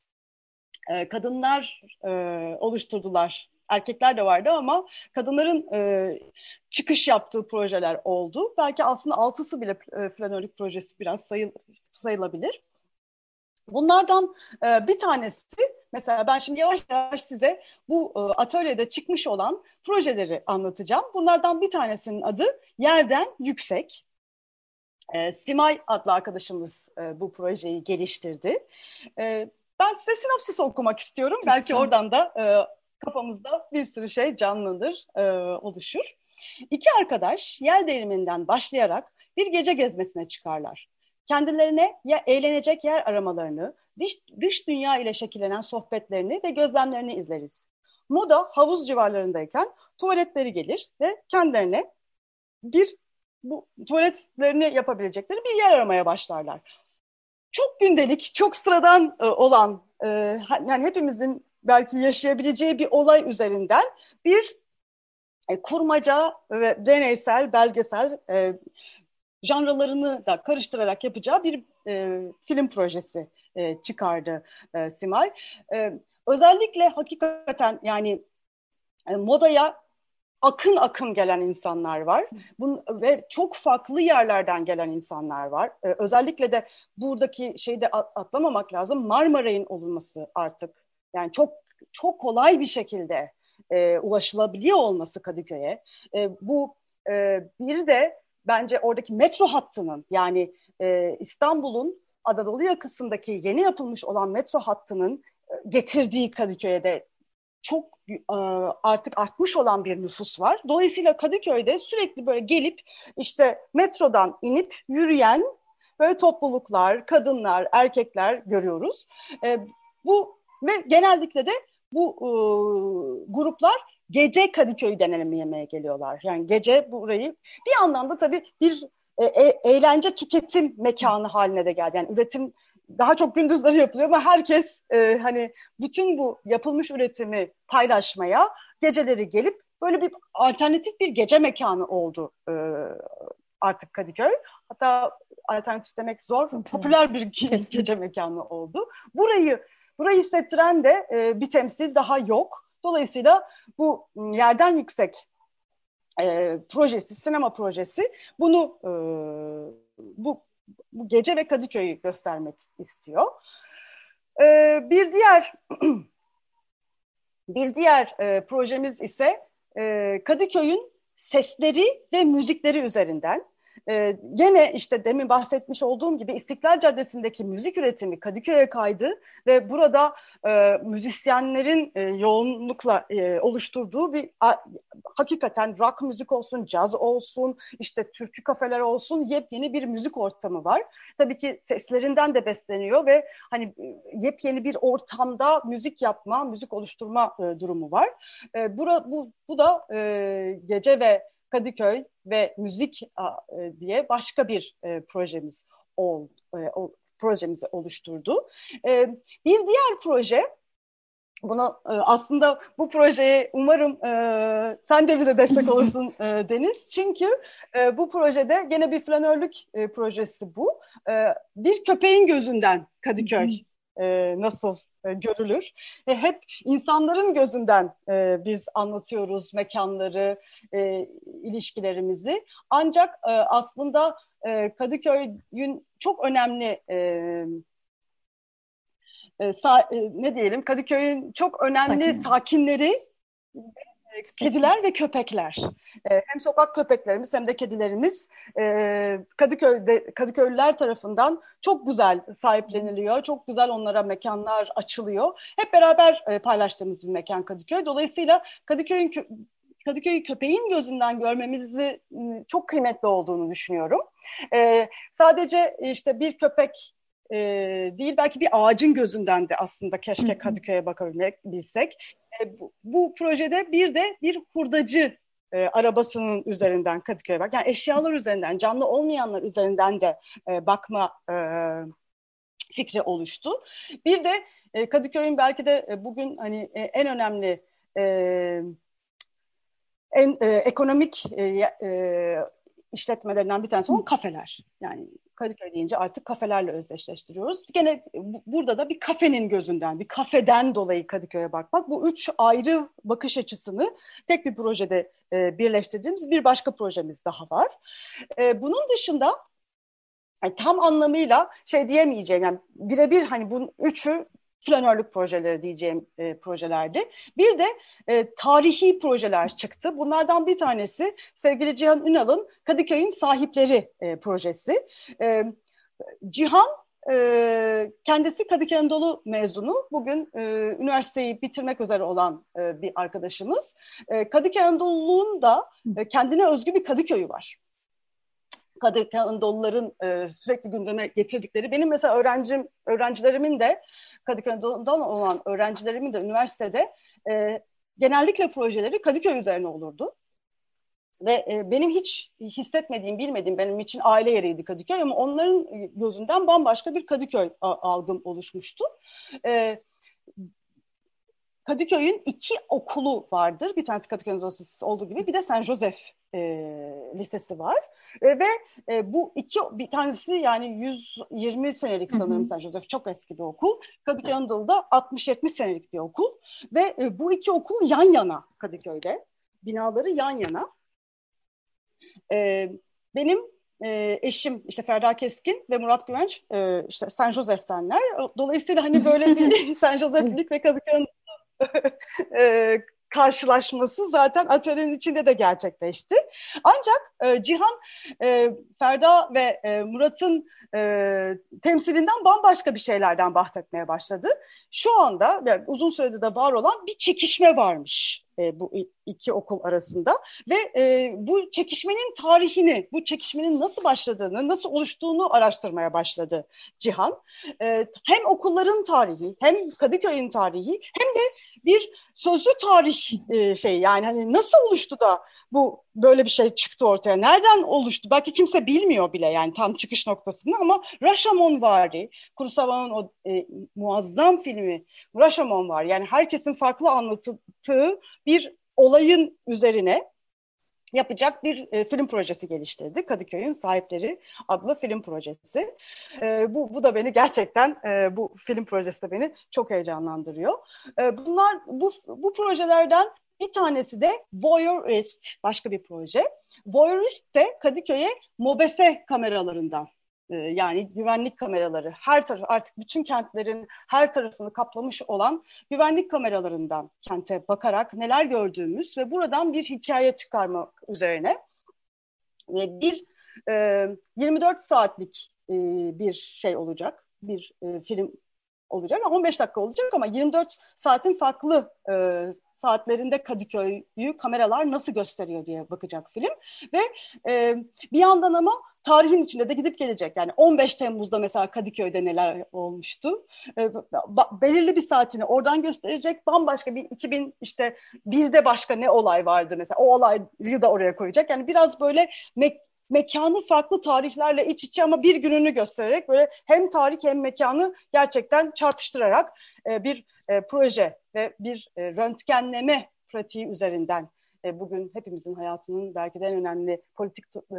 e, kadınlar e, oluşturdular. Erkekler de vardı ama kadınların e, çıkış yaptığı projeler oldu. Belki aslında altısı bile e, flanörlük projesi biraz sayıl, sayılabilir. Bunlardan e, bir tanesi, mesela ben şimdi yavaş yavaş size bu e, atölyede çıkmış olan projeleri anlatacağım. Bunlardan bir tanesinin adı Yerden Yüksek. E, Simay adlı arkadaşımız e, bu projeyi geliştirdi. E, ben size sinopsis okumak istiyorum. Çok Belki güzel. Oradan da e, kafamızda bir sürü şey canlanır, e, oluşur. İki arkadaş yel değirmeninden başlayarak bir gece gezmesine çıkarlar. Kendilerine ya eğlenecek yer aramalarını, dış, dış dünya ile şekillenen sohbetlerini ve gözlemlerini izleriz. Moda havuz civarlarındayken tuvaletleri gelir ve kendilerine bir bu tuvaletlerini yapabilecekleri bir yer aramaya başlarlar. Çok gündelik, çok sıradan e, olan, e, yani hepimizin belki yaşayabileceği bir olay üzerinden bir e, kurmaca ve deneysel, belgesel e, janralarını da karıştırarak yapacağı bir e, film projesi e, çıkardı e, Simay. E, özellikle hakikaten yani e, modaya akın akın gelen insanlar var. Bun, ve çok farklı yerlerden gelen insanlar var. E, özellikle de buradaki şeyde atlamamak lazım. Marmaray'ın olması artık. Yani çok çok kolay bir şekilde e, ulaşılabiliyor olması Kadıköy'e. E, bu e, bir de bence oradaki metro hattının, yani e, İstanbul'un Anadolu yakasındaki yeni yapılmış olan metro hattının e, getirdiği Kadıköy'e de çok e, artık artmış olan bir nüfus var. Dolayısıyla Kadıköy'de sürekli böyle gelip işte metrodan inip yürüyen böyle topluluklar, kadınlar, erkekler görüyoruz. E, bu ve genellikle de bu e, gruplar gece Kadıköy denemeye geliyorlar. Yani gece burayı bir anlamda tabii bir e, e, eğlence tüketim mekanı haline de geldi. Yani üretim daha çok gündüzleri yapılıyor ama herkes e, hani bütün bu yapılmış üretimi paylaşmaya geceleri gelip böyle bir alternatif bir gece mekanı oldu e, artık Kadıköy. Hatta alternatif demek zor, popüler bir Kesinlikle. gece mekanı oldu. Burayı burayı hissettiren de e, bir temsil daha yok. Dolayısıyla bu Yerden Yüksek e, projesi, sinema projesi bunu e, bu, bu gece ve Kadıköy'ü göstermek istiyor. E, bir diğer bir diğer e, projemiz ise e, Kadıköy'ün sesleri ve müzikleri üzerinden. Ee, gene işte demin bahsetmiş olduğum gibi İstiklal Caddesi'ndeki müzik üretimi Kadıköy'e kaydı ve burada e, müzisyenlerin e, yoğunlukla e, oluşturduğu bir a, hakikaten rock müzik olsun, caz olsun, işte türkü kafeler olsun, yepyeni bir müzik ortamı var. Tabii ki seslerinden de besleniyor ve hani yepyeni bir ortamda müzik yapma, müzik oluşturma e, durumu var. E, bura, bu, bu da e, gece ve Kadıköy ve müzik e, diye başka bir e, projemiz ol, e, o, projemizi oluşturdu. E, bir diğer proje, bunu e, aslında bu projeye umarım e, sen de bize destek olursun e, Deniz. Çünkü e, bu projede gene bir flanörlük e, projesi bu. E, bir köpeğin gözünden Kadıköy e, nasıl e, görülür? E, hep insanların gözünden e, biz anlatıyoruz mekanları, e, ilişkilerimizi. Ancak e, aslında e, Kadıköy'ün çok önemli e, e, sa- e, ne diyelim Kadıköy'ün çok önemli Sakin. sakinleri kediler ve köpekler. Ee, hem sokak köpeklerimiz hem de kedilerimiz e, Kadıköy'de Kadıköylüler tarafından çok güzel sahipleniliyor. Çok güzel onlara mekanlar açılıyor. Hep beraber e, paylaştığımız bir mekan Kadıköy. Dolayısıyla Kadıköy'ün Kadıköy'ü köpeğin gözünden görmemizi çok kıymetli olduğunu düşünüyorum. Ee, sadece işte bir köpek e, değil, belki bir ağacın gözünden de aslında keşke Kadıköy'e bakabilsek. E, bu, bu projede bir de bir hurdacı e, arabasının üzerinden Kadıköy'e bak. Yani eşyalar üzerinden, canlı olmayanlar üzerinden de e, bakma e, fikri oluştu. Bir de e, Kadıköy'ün belki de e, bugün hani e, en önemli e, en e, ekonomik e, e, işletmelerinden bir tanesi olan kafeler. Yani Kadıköy deyince artık kafelerle özdeşleştiriyoruz. Gene bu, burada da bir kafenin gözünden, bir kafeden dolayı Kadıköy'e bakmak. Bu üç ayrı bakış açısını tek bir projede e, birleştirdiğimiz bir başka projemiz daha var. E, bunun dışında yani tam anlamıyla şey diyemeyeceğim, yani birebir hani bunun üçü flanörlük projeleri diyeceğim e, projelerdi. Bir de e, tarihi projeler çıktı. Bunlardan bir tanesi sevgili Cihan Ünal'ın Kadıköy'ün Sahipleri e, projesi. E, Cihan e, kendisi Kadıköy Anadolu mezunu. Bugün e, üniversiteyi bitirmek üzere olan e, bir arkadaşımız. E, Kadıköy Anadolu'nun da e, kendine özgü bir Kadıköy'ü var. Kadıköy Anadoluların e, sürekli gündeme getirdikleri, benim mesela öğrencim, öğrencilerimin de Kadıköy Anadolu'dan olan öğrencilerimin de üniversitede e, genellikle projeleri Kadıköy üzerine olurdu. Ve e, benim hiç hissetmediğim, bilmediğim, benim için aile yeriydi Kadıköy ama onların gözünden bambaşka bir Kadıköy algım oluşmuştu. E, Kadıköy'ün iki okulu vardır. Bir tanesi Kadıköy Anadolu Lisesi olduğu gibi bir de Saint Joseph e, Lisesi var. E, ve e, bu iki, bir tanesi yani yüz yirmi senelik sanırım Saint Joseph, çok eski bir okul. Kadıköy Anadolu'da altmış yetmiş senelik bir okul. Ve e, bu iki okul yan yana Kadıköy'de. Binaları yan yana. E, benim e, eşim işte Ferda Keskin ve Murat Güvenç e, işte Saint Joseph'tenler. Dolayısıyla hani böyle bir Saint Joseph'lik ve Kadıköy e, karşılaşması zaten atölyenin içinde de gerçekleşti. Ancak e, Cihan e, Ferda ve e, Murat'ın e, temsilinden bambaşka bir şeylerden bahsetmeye başladı. Şu anda yani uzun süredir de var olan bir çekişme varmış e, bu iki okul arasında ve e, bu çekişmenin tarihini, bu çekişmenin nasıl başladığını, nasıl oluştuğunu araştırmaya başladı Cihan. E, hem okulların tarihi, hem Kadıköy'ün tarihi, hem de bir sözlü tarih e, şey, yani hani nasıl oluştu da bu böyle bir şey çıktı ortaya? Nereden oluştu? Belki kimse bilmiyor bile yani tam çıkış noktasını, ama Rashomon-vari, Kurosawa'nın o e, muazzam filmi Rashomon var. Yani herkesin farklı anlattığı bir olayın üzerine yapacak bir e, film projesi geliştirdi. Kadıköy'ün Sahipleri adlı film projesi. E, bu, bu da beni gerçekten, e, bu film projesi de beni çok heyecanlandırıyor. E, bunlar, bu, bu projelerden bir tanesi de Voyeurist, başka bir proje. Voyeurist de Kadıköy'e MOBESE kameralarından, e, yani güvenlik kameraları, her taraf, artık bütün kentlerin her tarafını kaplamış olan güvenlik kameralarından kente bakarak neler gördüğümüz ve buradan bir hikaye çıkarmak üzerine ve bir e, yirmi dört saatlik e, bir şey olacak, bir e, film olacak. on beş dakika olacak ama yirmi dört saatin farklı e, saatlerinde Kadıköy'ü kameralar nasıl gösteriyor diye bakacak film. Ve e, bir yandan ama tarihin içinde de gidip gelecek. Yani on beş Temmuz'da mesela Kadıköy'de neler olmuştu. E, ba- belirli bir saatini oradan gösterecek. Bambaşka bir iki bin işte birde başka ne olay vardı mesela. O olayı da oraya koyacak. Yani biraz böyle me- mekanı farklı tarihlerle iç içe ama bir gününü göstererek böyle hem tarih hem mekanı gerçekten çarpıştırarak e, bir e, proje ve bir e, röntgenleme pratiği üzerinden e, bugün hepimizin hayatının belki de en önemli politik e,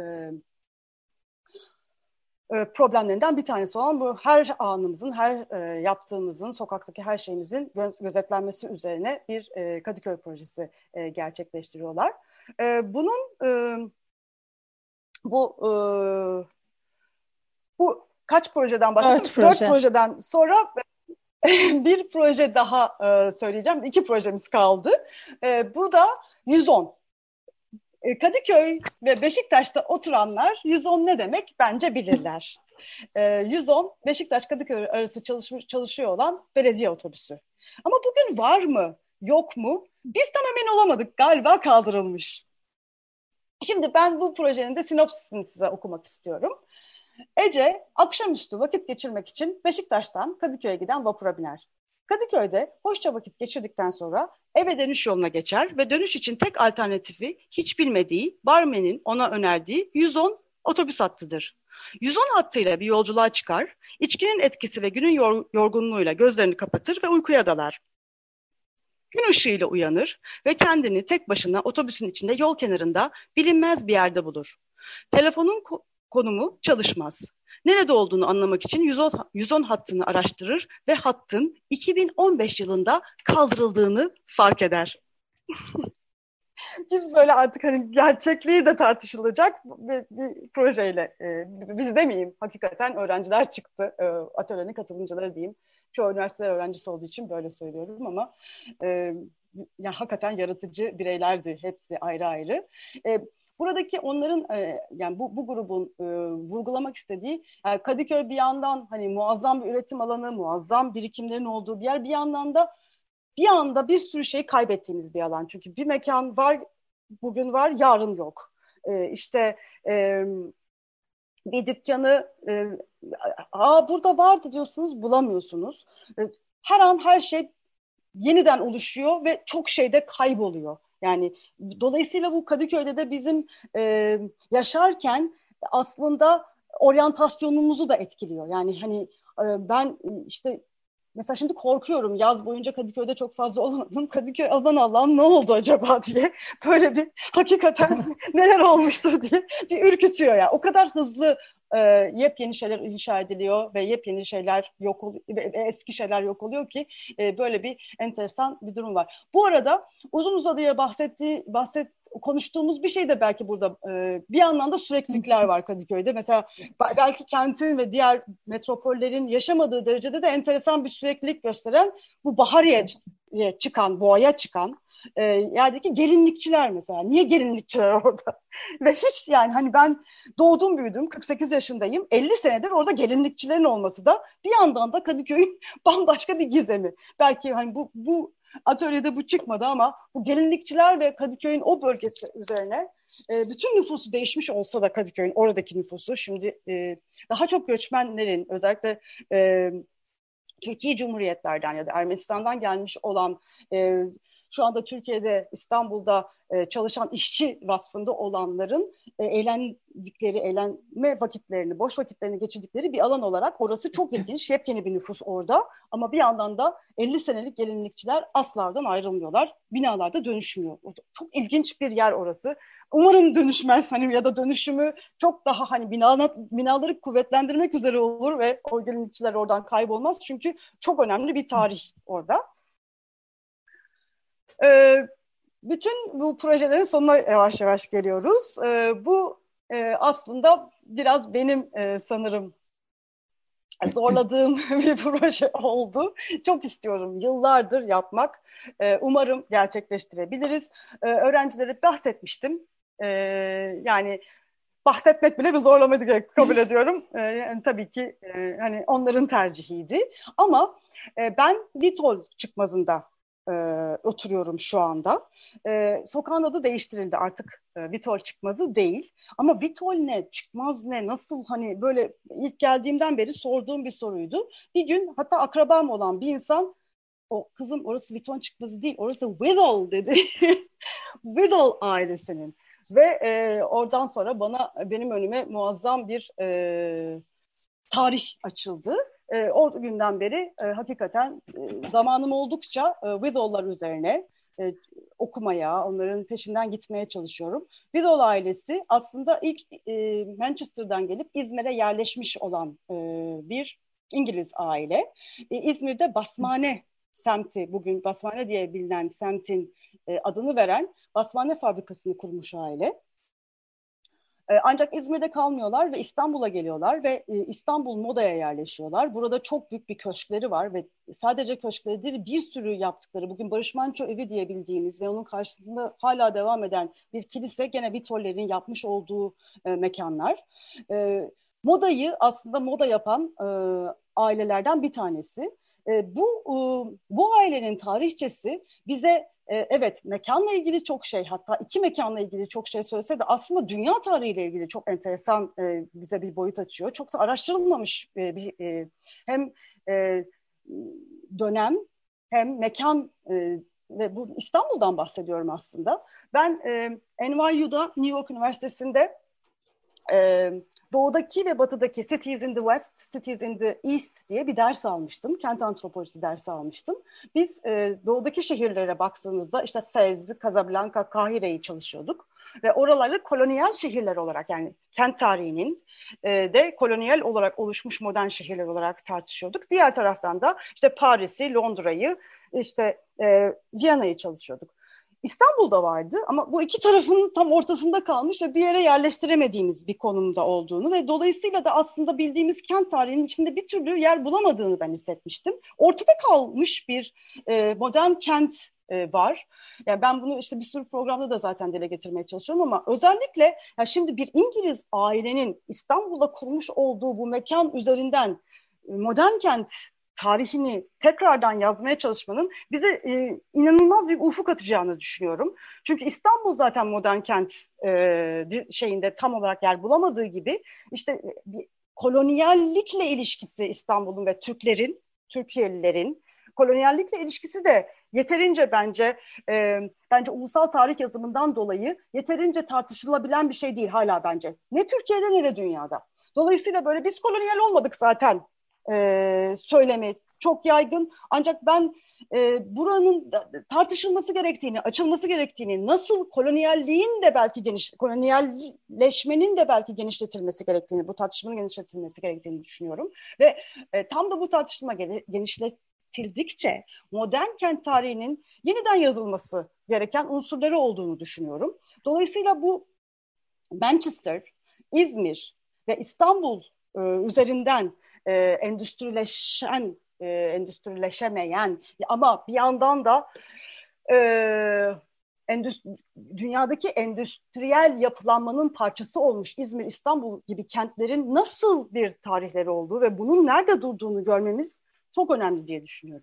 e, problemlerinden bir tanesi olan bu her anımızın, her e, yaptığımızın, sokaktaki her şeyimizin gö- gözetlenmesi üzerine bir e, Kadıköy projesi e, gerçekleştiriyorlar. E, bunun e, Bu e, bu kaç projeden bahsettim? Dört proje. Dört projeden sonra bir proje daha e, söyleyeceğim. İki projemiz kaldı. E, bu da yüz on. E, Kadıköy ve Beşiktaş'ta oturanlar yüz on ne demek bence bilirler. E, yüz on Beşiktaş-Kadıköy arası çalışmış, çalışıyor olan belediye otobüsü. Ama bugün var mı, yok mu? Biz tam emin olamadık. Galiba kaldırılmış. Şimdi ben bu projenin de sinopsisini size okumak istiyorum. Ece akşamüstü vakit geçirmek için Beşiktaş'tan Kadıköy'e giden vapura biner. Kadıköy'de hoşça vakit geçirdikten sonra eve dönüş yoluna geçer ve dönüş için tek alternatifi hiç bilmediği barmenin ona önerdiği yüz on otobüs hattıdır. yüz on hattıyla bir yolculuğa çıkar, içkinin etkisi ve günün yor- yorgunluğuyla gözlerini kapatır ve uykuya dalar. Gün ışığıyla uyanır ve kendini tek başına otobüsün içinde yol kenarında bilinmez bir yerde bulur. Telefonun ko- konumu çalışmaz. Nerede olduğunu anlamak için yüz on, yüz on hattını araştırır ve hattın iki bin on beş yılında kaldırıldığını fark eder. Biz böyle artık hani gerçekliği de tartışılacak bir, bir projeyle, e, biz demeyeyim, hakikaten öğrenciler çıktı, e, atölyenin katılımcıları diyeyim. Çoğu üniversite öğrencisi olduğu için böyle söylüyorum ama e, yani hakikaten yaratıcı bireylerdi hepsi ayrı ayrı. E, buradaki onların e, yani bu, bu grubun e, vurgulamak istediği yani Kadıköy bir yandan hani muazzam bir üretim alanı, muazzam birikimlerin olduğu bir yer, bir yandan da bir anda bir sürü şey kaybettiğimiz bir alan. Çünkü bir mekan var, bugün var, yarın yok. Ee, işte e, bir dükkanı e, Aa, burada vardı diyorsunuz, bulamıyorsunuz. E, her an her şey yeniden oluşuyor ve çok şey de kayboluyor. Yani dolayısıyla bu Kadıköy'de de bizim e, yaşarken aslında oryantasyonumuzu da etkiliyor. Yani hani e, ben işte mesela şimdi korkuyorum. Yaz boyunca Kadıköy'de çok fazla olamadım. Kadıköy aman Allah'ım ne oldu acaba diye. Böyle bir hakikaten neler olmuştur diye bir ürkütüyor ya. Yani. O kadar hızlı e, yepyeni şeyler inşa ediliyor ve yepyeni şeyler yok oluyor ve eski şeyler yok oluyor ki e, böyle bir enteresan bir durum var. Bu arada uzun uzadıya bahsettiği bahset konuştuğumuz bir şey de belki burada e, bir yandan da süreklilikler var Kadıköy'de. Mesela belki kentin ve diğer metropollerin yaşamadığı derecede de enteresan bir süreklilik gösteren bu Bahariye'ye çıkan, Boğa'ya çıkan e, yerdeki gelinlikçiler mesela. Niye gelinlikçiler orada? Ve hiç yani hani ben doğdum büyüdüm, kırk sekiz yaşındayım. elli senedir orada gelinlikçilerin olması da bir yandan da Kadıköy'ün bambaşka bir gizemi. Belki hani bu bu atölyede bu çıkmadı ama bu gelinlikçiler ve Kadıköy'ün o bölgesi üzerine e, bütün nüfusu değişmiş olsa da Kadıköy'ün oradaki nüfusu şimdi e, daha çok göçmenlerin özellikle e, Türkiye Cumhuriyetlerden ya da Ermenistan'dan gelmiş olan e, şu anda Türkiye'de İstanbul'da e, çalışan işçi vasfında olanların e, eğlendikleri, eğlenme vakitlerini, boş vakitlerini geçirdikleri bir alan olarak orası çok ilginç. Yepyeni bir nüfus orada ama bir yandan da elli senelik gelinlikçiler asla oradan ayrılmıyorlar. Binalarda dönüşmüyor. Çok ilginç bir yer orası. Umarım dönüşmez hani ya da dönüşümü çok daha hani bina, binaları kuvvetlendirmek üzere olur ve o gelinlikçiler oradan kaybolmaz. Çünkü çok önemli bir tarih orada. Ee, bütün bu projelerin sonuna yavaş yavaş geliyoruz. Ee, bu e, aslında biraz benim e, sanırım zorladığım bir proje oldu. Çok istiyorum yıllardır yapmak. Ee, umarım gerçekleştirebiliriz. Ee, öğrencilere bahsetmiştim. Ee, yani bahsetmek bile bir zorlama diye kabul ediyorum. Ee, yani tabii ki e, hani onların tercihiydi. Ama e, ben Vitol çıkmazında e, oturuyorum şu anda. E, sokağın adı değiştirildi artık e, Vitol çıkmazı değil. Ama Vitol ne, çıkmaz ne, nasıl hani böyle ilk geldiğimden beri sorduğum bir soruydu. Bir gün hatta akrabam olan bir insan o kızım orası Vitol çıkmazı değil orası Whittle dedi. Whittle ailesinin. Ve e, oradan sonra bana benim önüme muazzam bir e, tarih açıldı. E, o günden beri e, hakikaten e, zamanım oldukça e, Whittle'lar üzerine e, okumaya, onların peşinden gitmeye çalışıyorum. Whittle ailesi aslında ilk e, Manchester'dan gelip İzmir'e yerleşmiş olan e, bir İngiliz aile. E, İzmir'de Basmane semti, bugün Basmane diye bilinen semtin e, adını veren Basmane fabrikasını kurmuş aile. Ancak İzmir'de kalmıyorlar ve İstanbul'a geliyorlar ve İstanbul Moda'ya yerleşiyorlar. Burada çok büyük bir köşkleri var ve sadece köşkleri değil, bir sürü yaptıkları, bugün Barış Manço Evi diye bildiğimiz ve onun karşısında hala devam eden bir kilise, gene Vitor'lerin yapmış olduğu e, mekanlar. E, modayı aslında moda yapan e, ailelerden bir tanesi. E, bu e, bu ailenin tarihçesi bize e, evet mekanla ilgili çok şey, hatta iki mekanla ilgili çok şey söylese de aslında dünya tarihiyle ilgili çok enteresan e, bize bir boyut açıyor. Çok da araştırılmamış e, bir e, hem e, dönem hem mekan e, ve bu İstanbul'dan bahsediyorum aslında. Ben e, N Y U'da, New York Üniversitesi'nde e, doğudaki ve batıdaki Cities in the West, Cities in the East diye bir ders almıştım. Kent antropolojisi dersi almıştım. Biz e, doğudaki şehirlere baktığımızda işte Fez, Casablanca, Kahire'yi çalışıyorduk. Ve oraları kolonyal şehirler olarak, yani kent tarihinin e, de kolonyal olarak oluşmuş modern şehirler olarak tartışıyorduk. Diğer taraftan da işte Paris'i, Londra'yı, işte e, Viyana'yı çalışıyorduk. İstanbul'da vardı ama bu iki tarafın tam ortasında kalmış ve bir yere yerleştiremediğimiz bir konumda olduğunu ve dolayısıyla da aslında bildiğimiz kent tarihinin içinde bir türlü yer bulamadığını ben hissetmiştim. Ortada kalmış bir e, modern kent e, var. Yani ben bunu işte bir sürü programda da zaten dile getirmeye çalışıyorum ama özellikle ya şimdi bir İngiliz ailenin İstanbul'da kurmuş olduğu bu mekan üzerinden e, modern kent tarihini tekrardan yazmaya çalışmanın bize e, inanılmaz bir ufuk atacağını düşünüyorum. Çünkü İstanbul zaten modern kent e, şeyinde tam olarak yer bulamadığı gibi işte bir kolonyallikle ilişkisi İstanbul'un ve Türklerin, Türkiye'lilerin kolonyallikle ilişkisi de yeterince bence e, bence ulusal tarih yazımından dolayı yeterince tartışılabilen bir şey değil hala bence. Ne Türkiye'de ne de dünyada. Dolayısıyla böyle biz kolonyal olmadık zaten e, söylemi çok yaygın. Ancak ben e, buranın tartışılması gerektiğini, açılması gerektiğini, nasıl kolonyalliğin de belki geniş, kolonyalleşmenin de belki genişletilmesi gerektiğini, bu tartışmanın genişletilmesi gerektiğini düşünüyorum. Ve e, tam da bu tartışma genişletildikçe modern kent tarihinin yeniden yazılması gereken unsurları olduğunu düşünüyorum. Dolayısıyla bu Manchester, İzmir ve İstanbul e, üzerinden e, endüstrileşen, e, endüstrileşemeyen ama bir yandan da e, endüstri, dünyadaki endüstriyel yapılanmanın parçası olmuş İzmir, İstanbul gibi kentlerin nasıl bir tarihleri olduğu ve bunun nerede durduğunu görmemiz çok önemli diye düşünüyorum.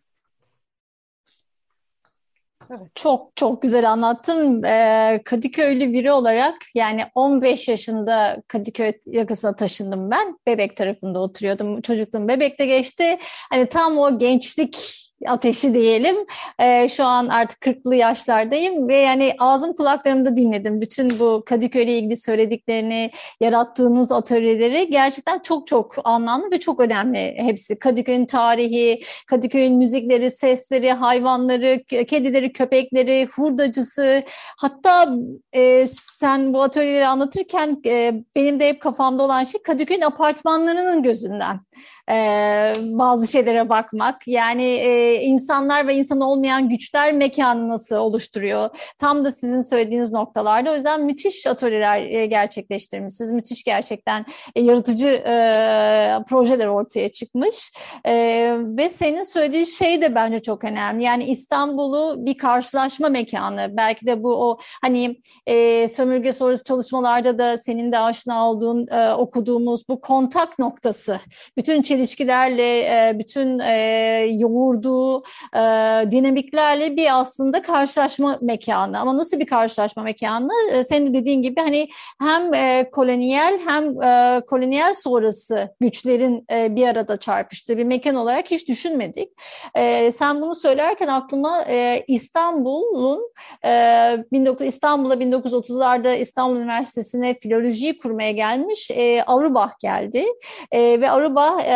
Evet. Çok çok güzel anlattın. Ee, Kadıköylü biri olarak, yani on beş yaşında Kadıköy yakasına taşındım ben. Bebek tarafında oturuyordum. Çocukluğum Bebek'te geçti. Hani tam o gençlik ateşi diyelim. Ee, şu an artık kırklı yaşlardayım ve yani ağzım kulaklarımda dinledim. Bütün bu Kadıköy'le ilgili söylediklerini, yarattığınız atölyeleri gerçekten çok çok anlamlı ve çok önemli hepsi. Kadıköy'ün tarihi, Kadıköy'ün müzikleri, sesleri, hayvanları, kedileri, köpekleri, hurdacısı. Hatta e, sen bu atölyeleri anlatırken e, benim de hep kafamda olan şey Kadıköy'ün apartmanlarının gözünden e, bazı şeylere bakmak. Yani e, insanlar ve insan olmayan güçler mekanı nasıl oluşturuyor? Tam da sizin söylediğiniz noktalarda. O yüzden müthiş atölyeler e, gerçekleştirmişsiniz. Müthiş gerçekten e, yaratıcı e, projeler ortaya çıkmış. E, ve senin söylediğin şey de bence çok önemli. Yani İstanbul'u bir karşılaşma mekanı. Belki de bu o hani e, sömürge sonrası çalışmalarda da senin de aşina olduğun, e, okuduğumuz bu kontak noktası. Bütün çelişkilerle, e, bütün e, yoğurduğu e, dinamiklerle bir aslında karşılaşma mekanı. Ama nasıl bir karşılaşma mekanı? E, senin de dediğin gibi hani hem e, kolonyal hem e, kolonyal sonrası güçlerin e, bir arada çarpıştığı bir mekan olarak hiç düşünmedik. E, sen bunu söylerken aklıma e, İstanbul'un e, İstanbul'a bin dokuz yüz otuzlarda İstanbul Üniversitesi'ne filolojiyi kurmaya gelmiş e, Avrubah geldi. E, ve Avrubah e,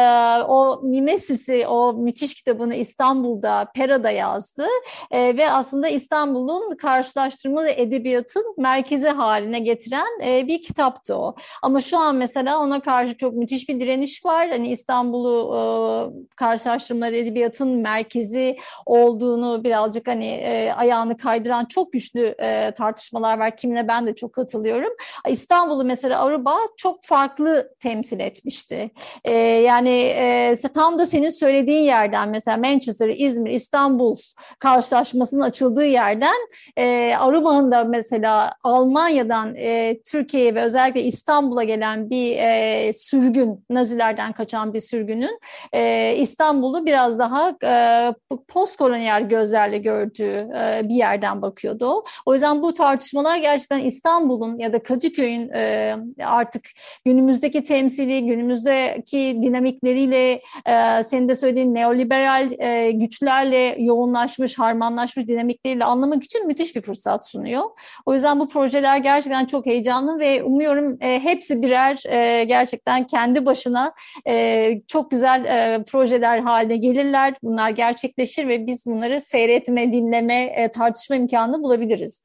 o Mimesis'i, o müthiş kitabını İstanbul'da, Pera'da yazdı e, ve aslında İstanbul'un karşılaştırmalı edebiyatın merkezi haline getiren e, bir kitaptı o. Ama şu an mesela ona karşı çok müthiş bir direniş var. Hani İstanbul'u e, karşılaştırmalı edebiyatın merkezi olduğunu birazcık hani e, ayağını kaydıran çok güçlü e, tartışmalar var. Kimine ben de çok katılıyorum. İstanbul'u mesela Aruba çok farklı temsil etmişti. E, yani e, tam da senin söylediğin yerden mesela Manchester, İzmir, İstanbul karşılaşmasının açıldığı yerden e, Aruba'nın da mesela Almanya'dan e, Türkiye'ye ve özellikle İstanbul'a gelen bir e, sürgün, Nazilerden kaçan bir sürgünün e, İstanbul'u biraz daha e, postkolonyal gözlerle gördüğü e, bir yerden bakıyordu. O yüzden bu tartışmalar gerçekten İstanbul'un ya da Kadıköy'ün e, artık günümüzdeki temsili, günümüzdeki dinamikleriyle e, senin de söylediğin neoliberal e, güçlerle yoğunlaşmış, harmanlaşmış dinamikleriyle anlamak için müthiş bir fırsat sunuyor. O yüzden bu projeler gerçekten çok heyecanlı ve umuyorum e, hepsi birer e, gerçekten kendi başına e, çok güzel e, projeler haline gelirler. Bunlar gerçekleşir ve biz bunları seyretme, dinleme, e, tartışma imkanı bulabiliriz.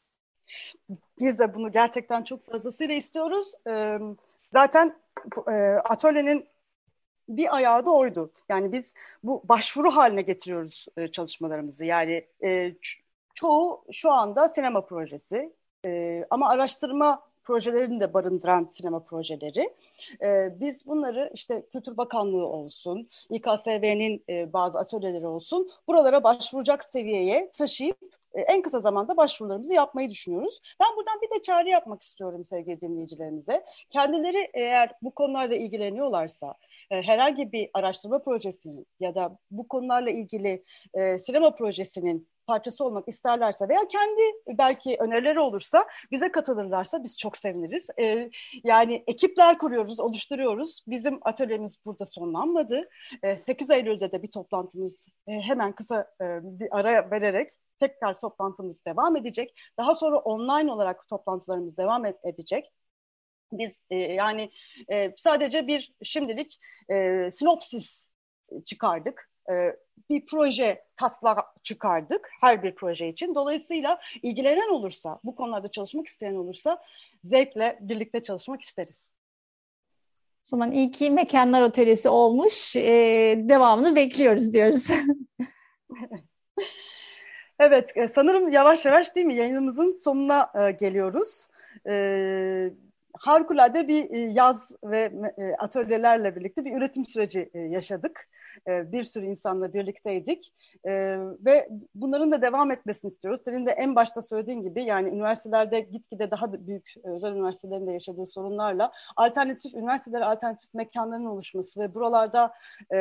Biz de bunu gerçekten çok fazlasıyla istiyoruz. Ee, zaten e, atölyenin bir ayağı da oydu. Yani biz bu başvuru haline getiriyoruz e, çalışmalarımızı. Yani e, çoğu şu anda sinema projesi e, ama araştırma projelerini de barındıran sinema projeleri. E, biz bunları işte Kültür Bakanlığı olsun, İ K S V'nin e, bazı atölyeleri olsun buralara başvuracak seviyeye taşıyıp en kısa zamanda başvurularımızı yapmayı düşünüyoruz. Ben buradan bir de çağrı yapmak istiyorum sevgili dinleyicilerimize. Kendileri eğer bu konularla ilgileniyorlarsa, herhangi bir araştırma projesinin ya da bu konularla ilgili e, sinema projesinin parçası olmak isterlerse veya kendi belki önerileri olursa bize katılırlarsa biz çok seviniriz. Ee, yani ekipler kuruyoruz, oluşturuyoruz. Bizim atölyemiz burada sonlanmadı. Ee, sekiz Eylül'de de bir toplantımız e, hemen kısa e, bir ara vererek tekrar toplantımız devam edecek. Daha sonra online olarak toplantılarımız devam edecek. Biz e, yani e, sadece bir şimdilik e, sinopsis çıkardık. E, bir proje taslağı çıkardık her bir proje için. Dolayısıyla ilgilenen olursa, bu konularda çalışmak isteyen olursa zevkle birlikte çalışmak isteriz. O zaman iyi ki Mekanlar Atölyesi olmuş. E, devamını bekliyoruz diyoruz. Evet, sanırım yavaş yavaş değil mi yayınımızın sonuna e, geliyoruz. Evet. Harikulade bir yaz ve atölyelerle birlikte bir üretim süreci yaşadık. Bir sürü insanla birlikteydik ve bunların da devam etmesini istiyoruz. Senin de en başta söylediğin gibi yani üniversitelerde gitgide daha büyük özel üniversitelerin de yaşadığı sorunlarla alternatif üniversiteler, alternatif mekanların oluşması ve buralarda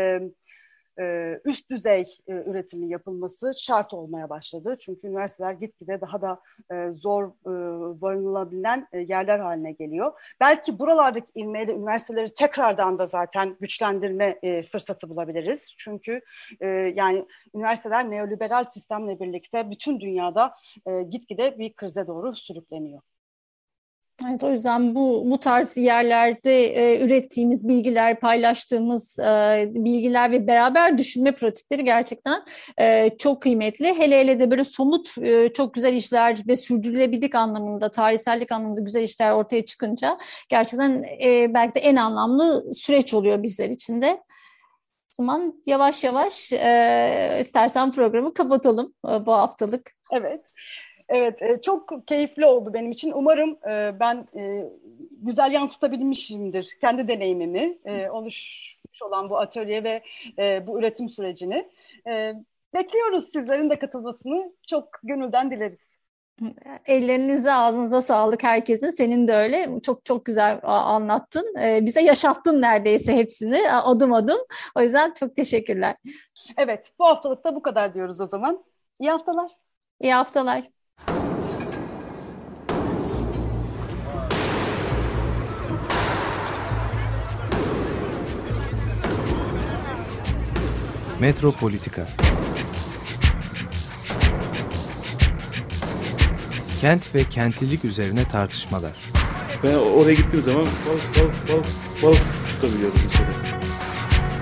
üst düzey üretimin yapılması şart olmaya başladı. Çünkü üniversiteler gitgide daha da zor barınılabilen yerler haline geliyor. Belki buralardaki ilmeyle üniversiteleri tekrardan da zaten güçlendirme fırsatı bulabiliriz. Çünkü yani üniversiteler neoliberal sistemle birlikte bütün dünyada gitgide bir krize doğru sürükleniyor. Evet, o yüzden bu bu tarz yerlerde e, ürettiğimiz bilgiler, paylaştığımız e, bilgiler ve beraber düşünme pratikleri gerçekten e, çok kıymetli. Hele hele de böyle somut e, çok güzel işler ve sürdürülebilirlik anlamında, tarihsellik anlamında güzel işler ortaya çıkınca gerçekten e, belki de en anlamlı süreç oluyor bizler için de. O zaman yavaş yavaş e, istersen programı kapatalım e, bu haftalık. Evet. Evet, çok keyifli oldu benim için. Umarım ben güzel yansıtabilmişimdir kendi deneyimimi, oluşmuş olan bu atölye ve bu üretim sürecini. Bekliyoruz sizlerin de katılmasını. Çok gönülden dileriz. Ellerinize, ağzınıza sağlık herkesin. Senin de öyle. Çok çok güzel anlattın. Bize yaşattın neredeyse hepsini adım adım. O yüzden çok teşekkürler. Evet, bu haftalık da bu kadar diyoruz o zaman. İyi haftalar. İyi haftalar. Metropolitika. Kent ve kentlilik üzerine tartışmalar. Ben oraya gittiğim zaman balık balık balık balık tutabiliyordum mesela.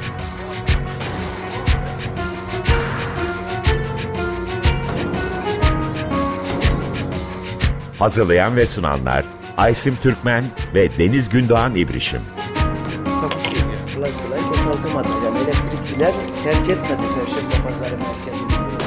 Hazırlayan ve sunanlar Aysim Türkmen ve Deniz Gündoğan İbrişim. Takusuyor yani. Kolay kolay boşaltamadı. Yani elektrikçiler terk etmedi Perşembe Pazarı merkezini.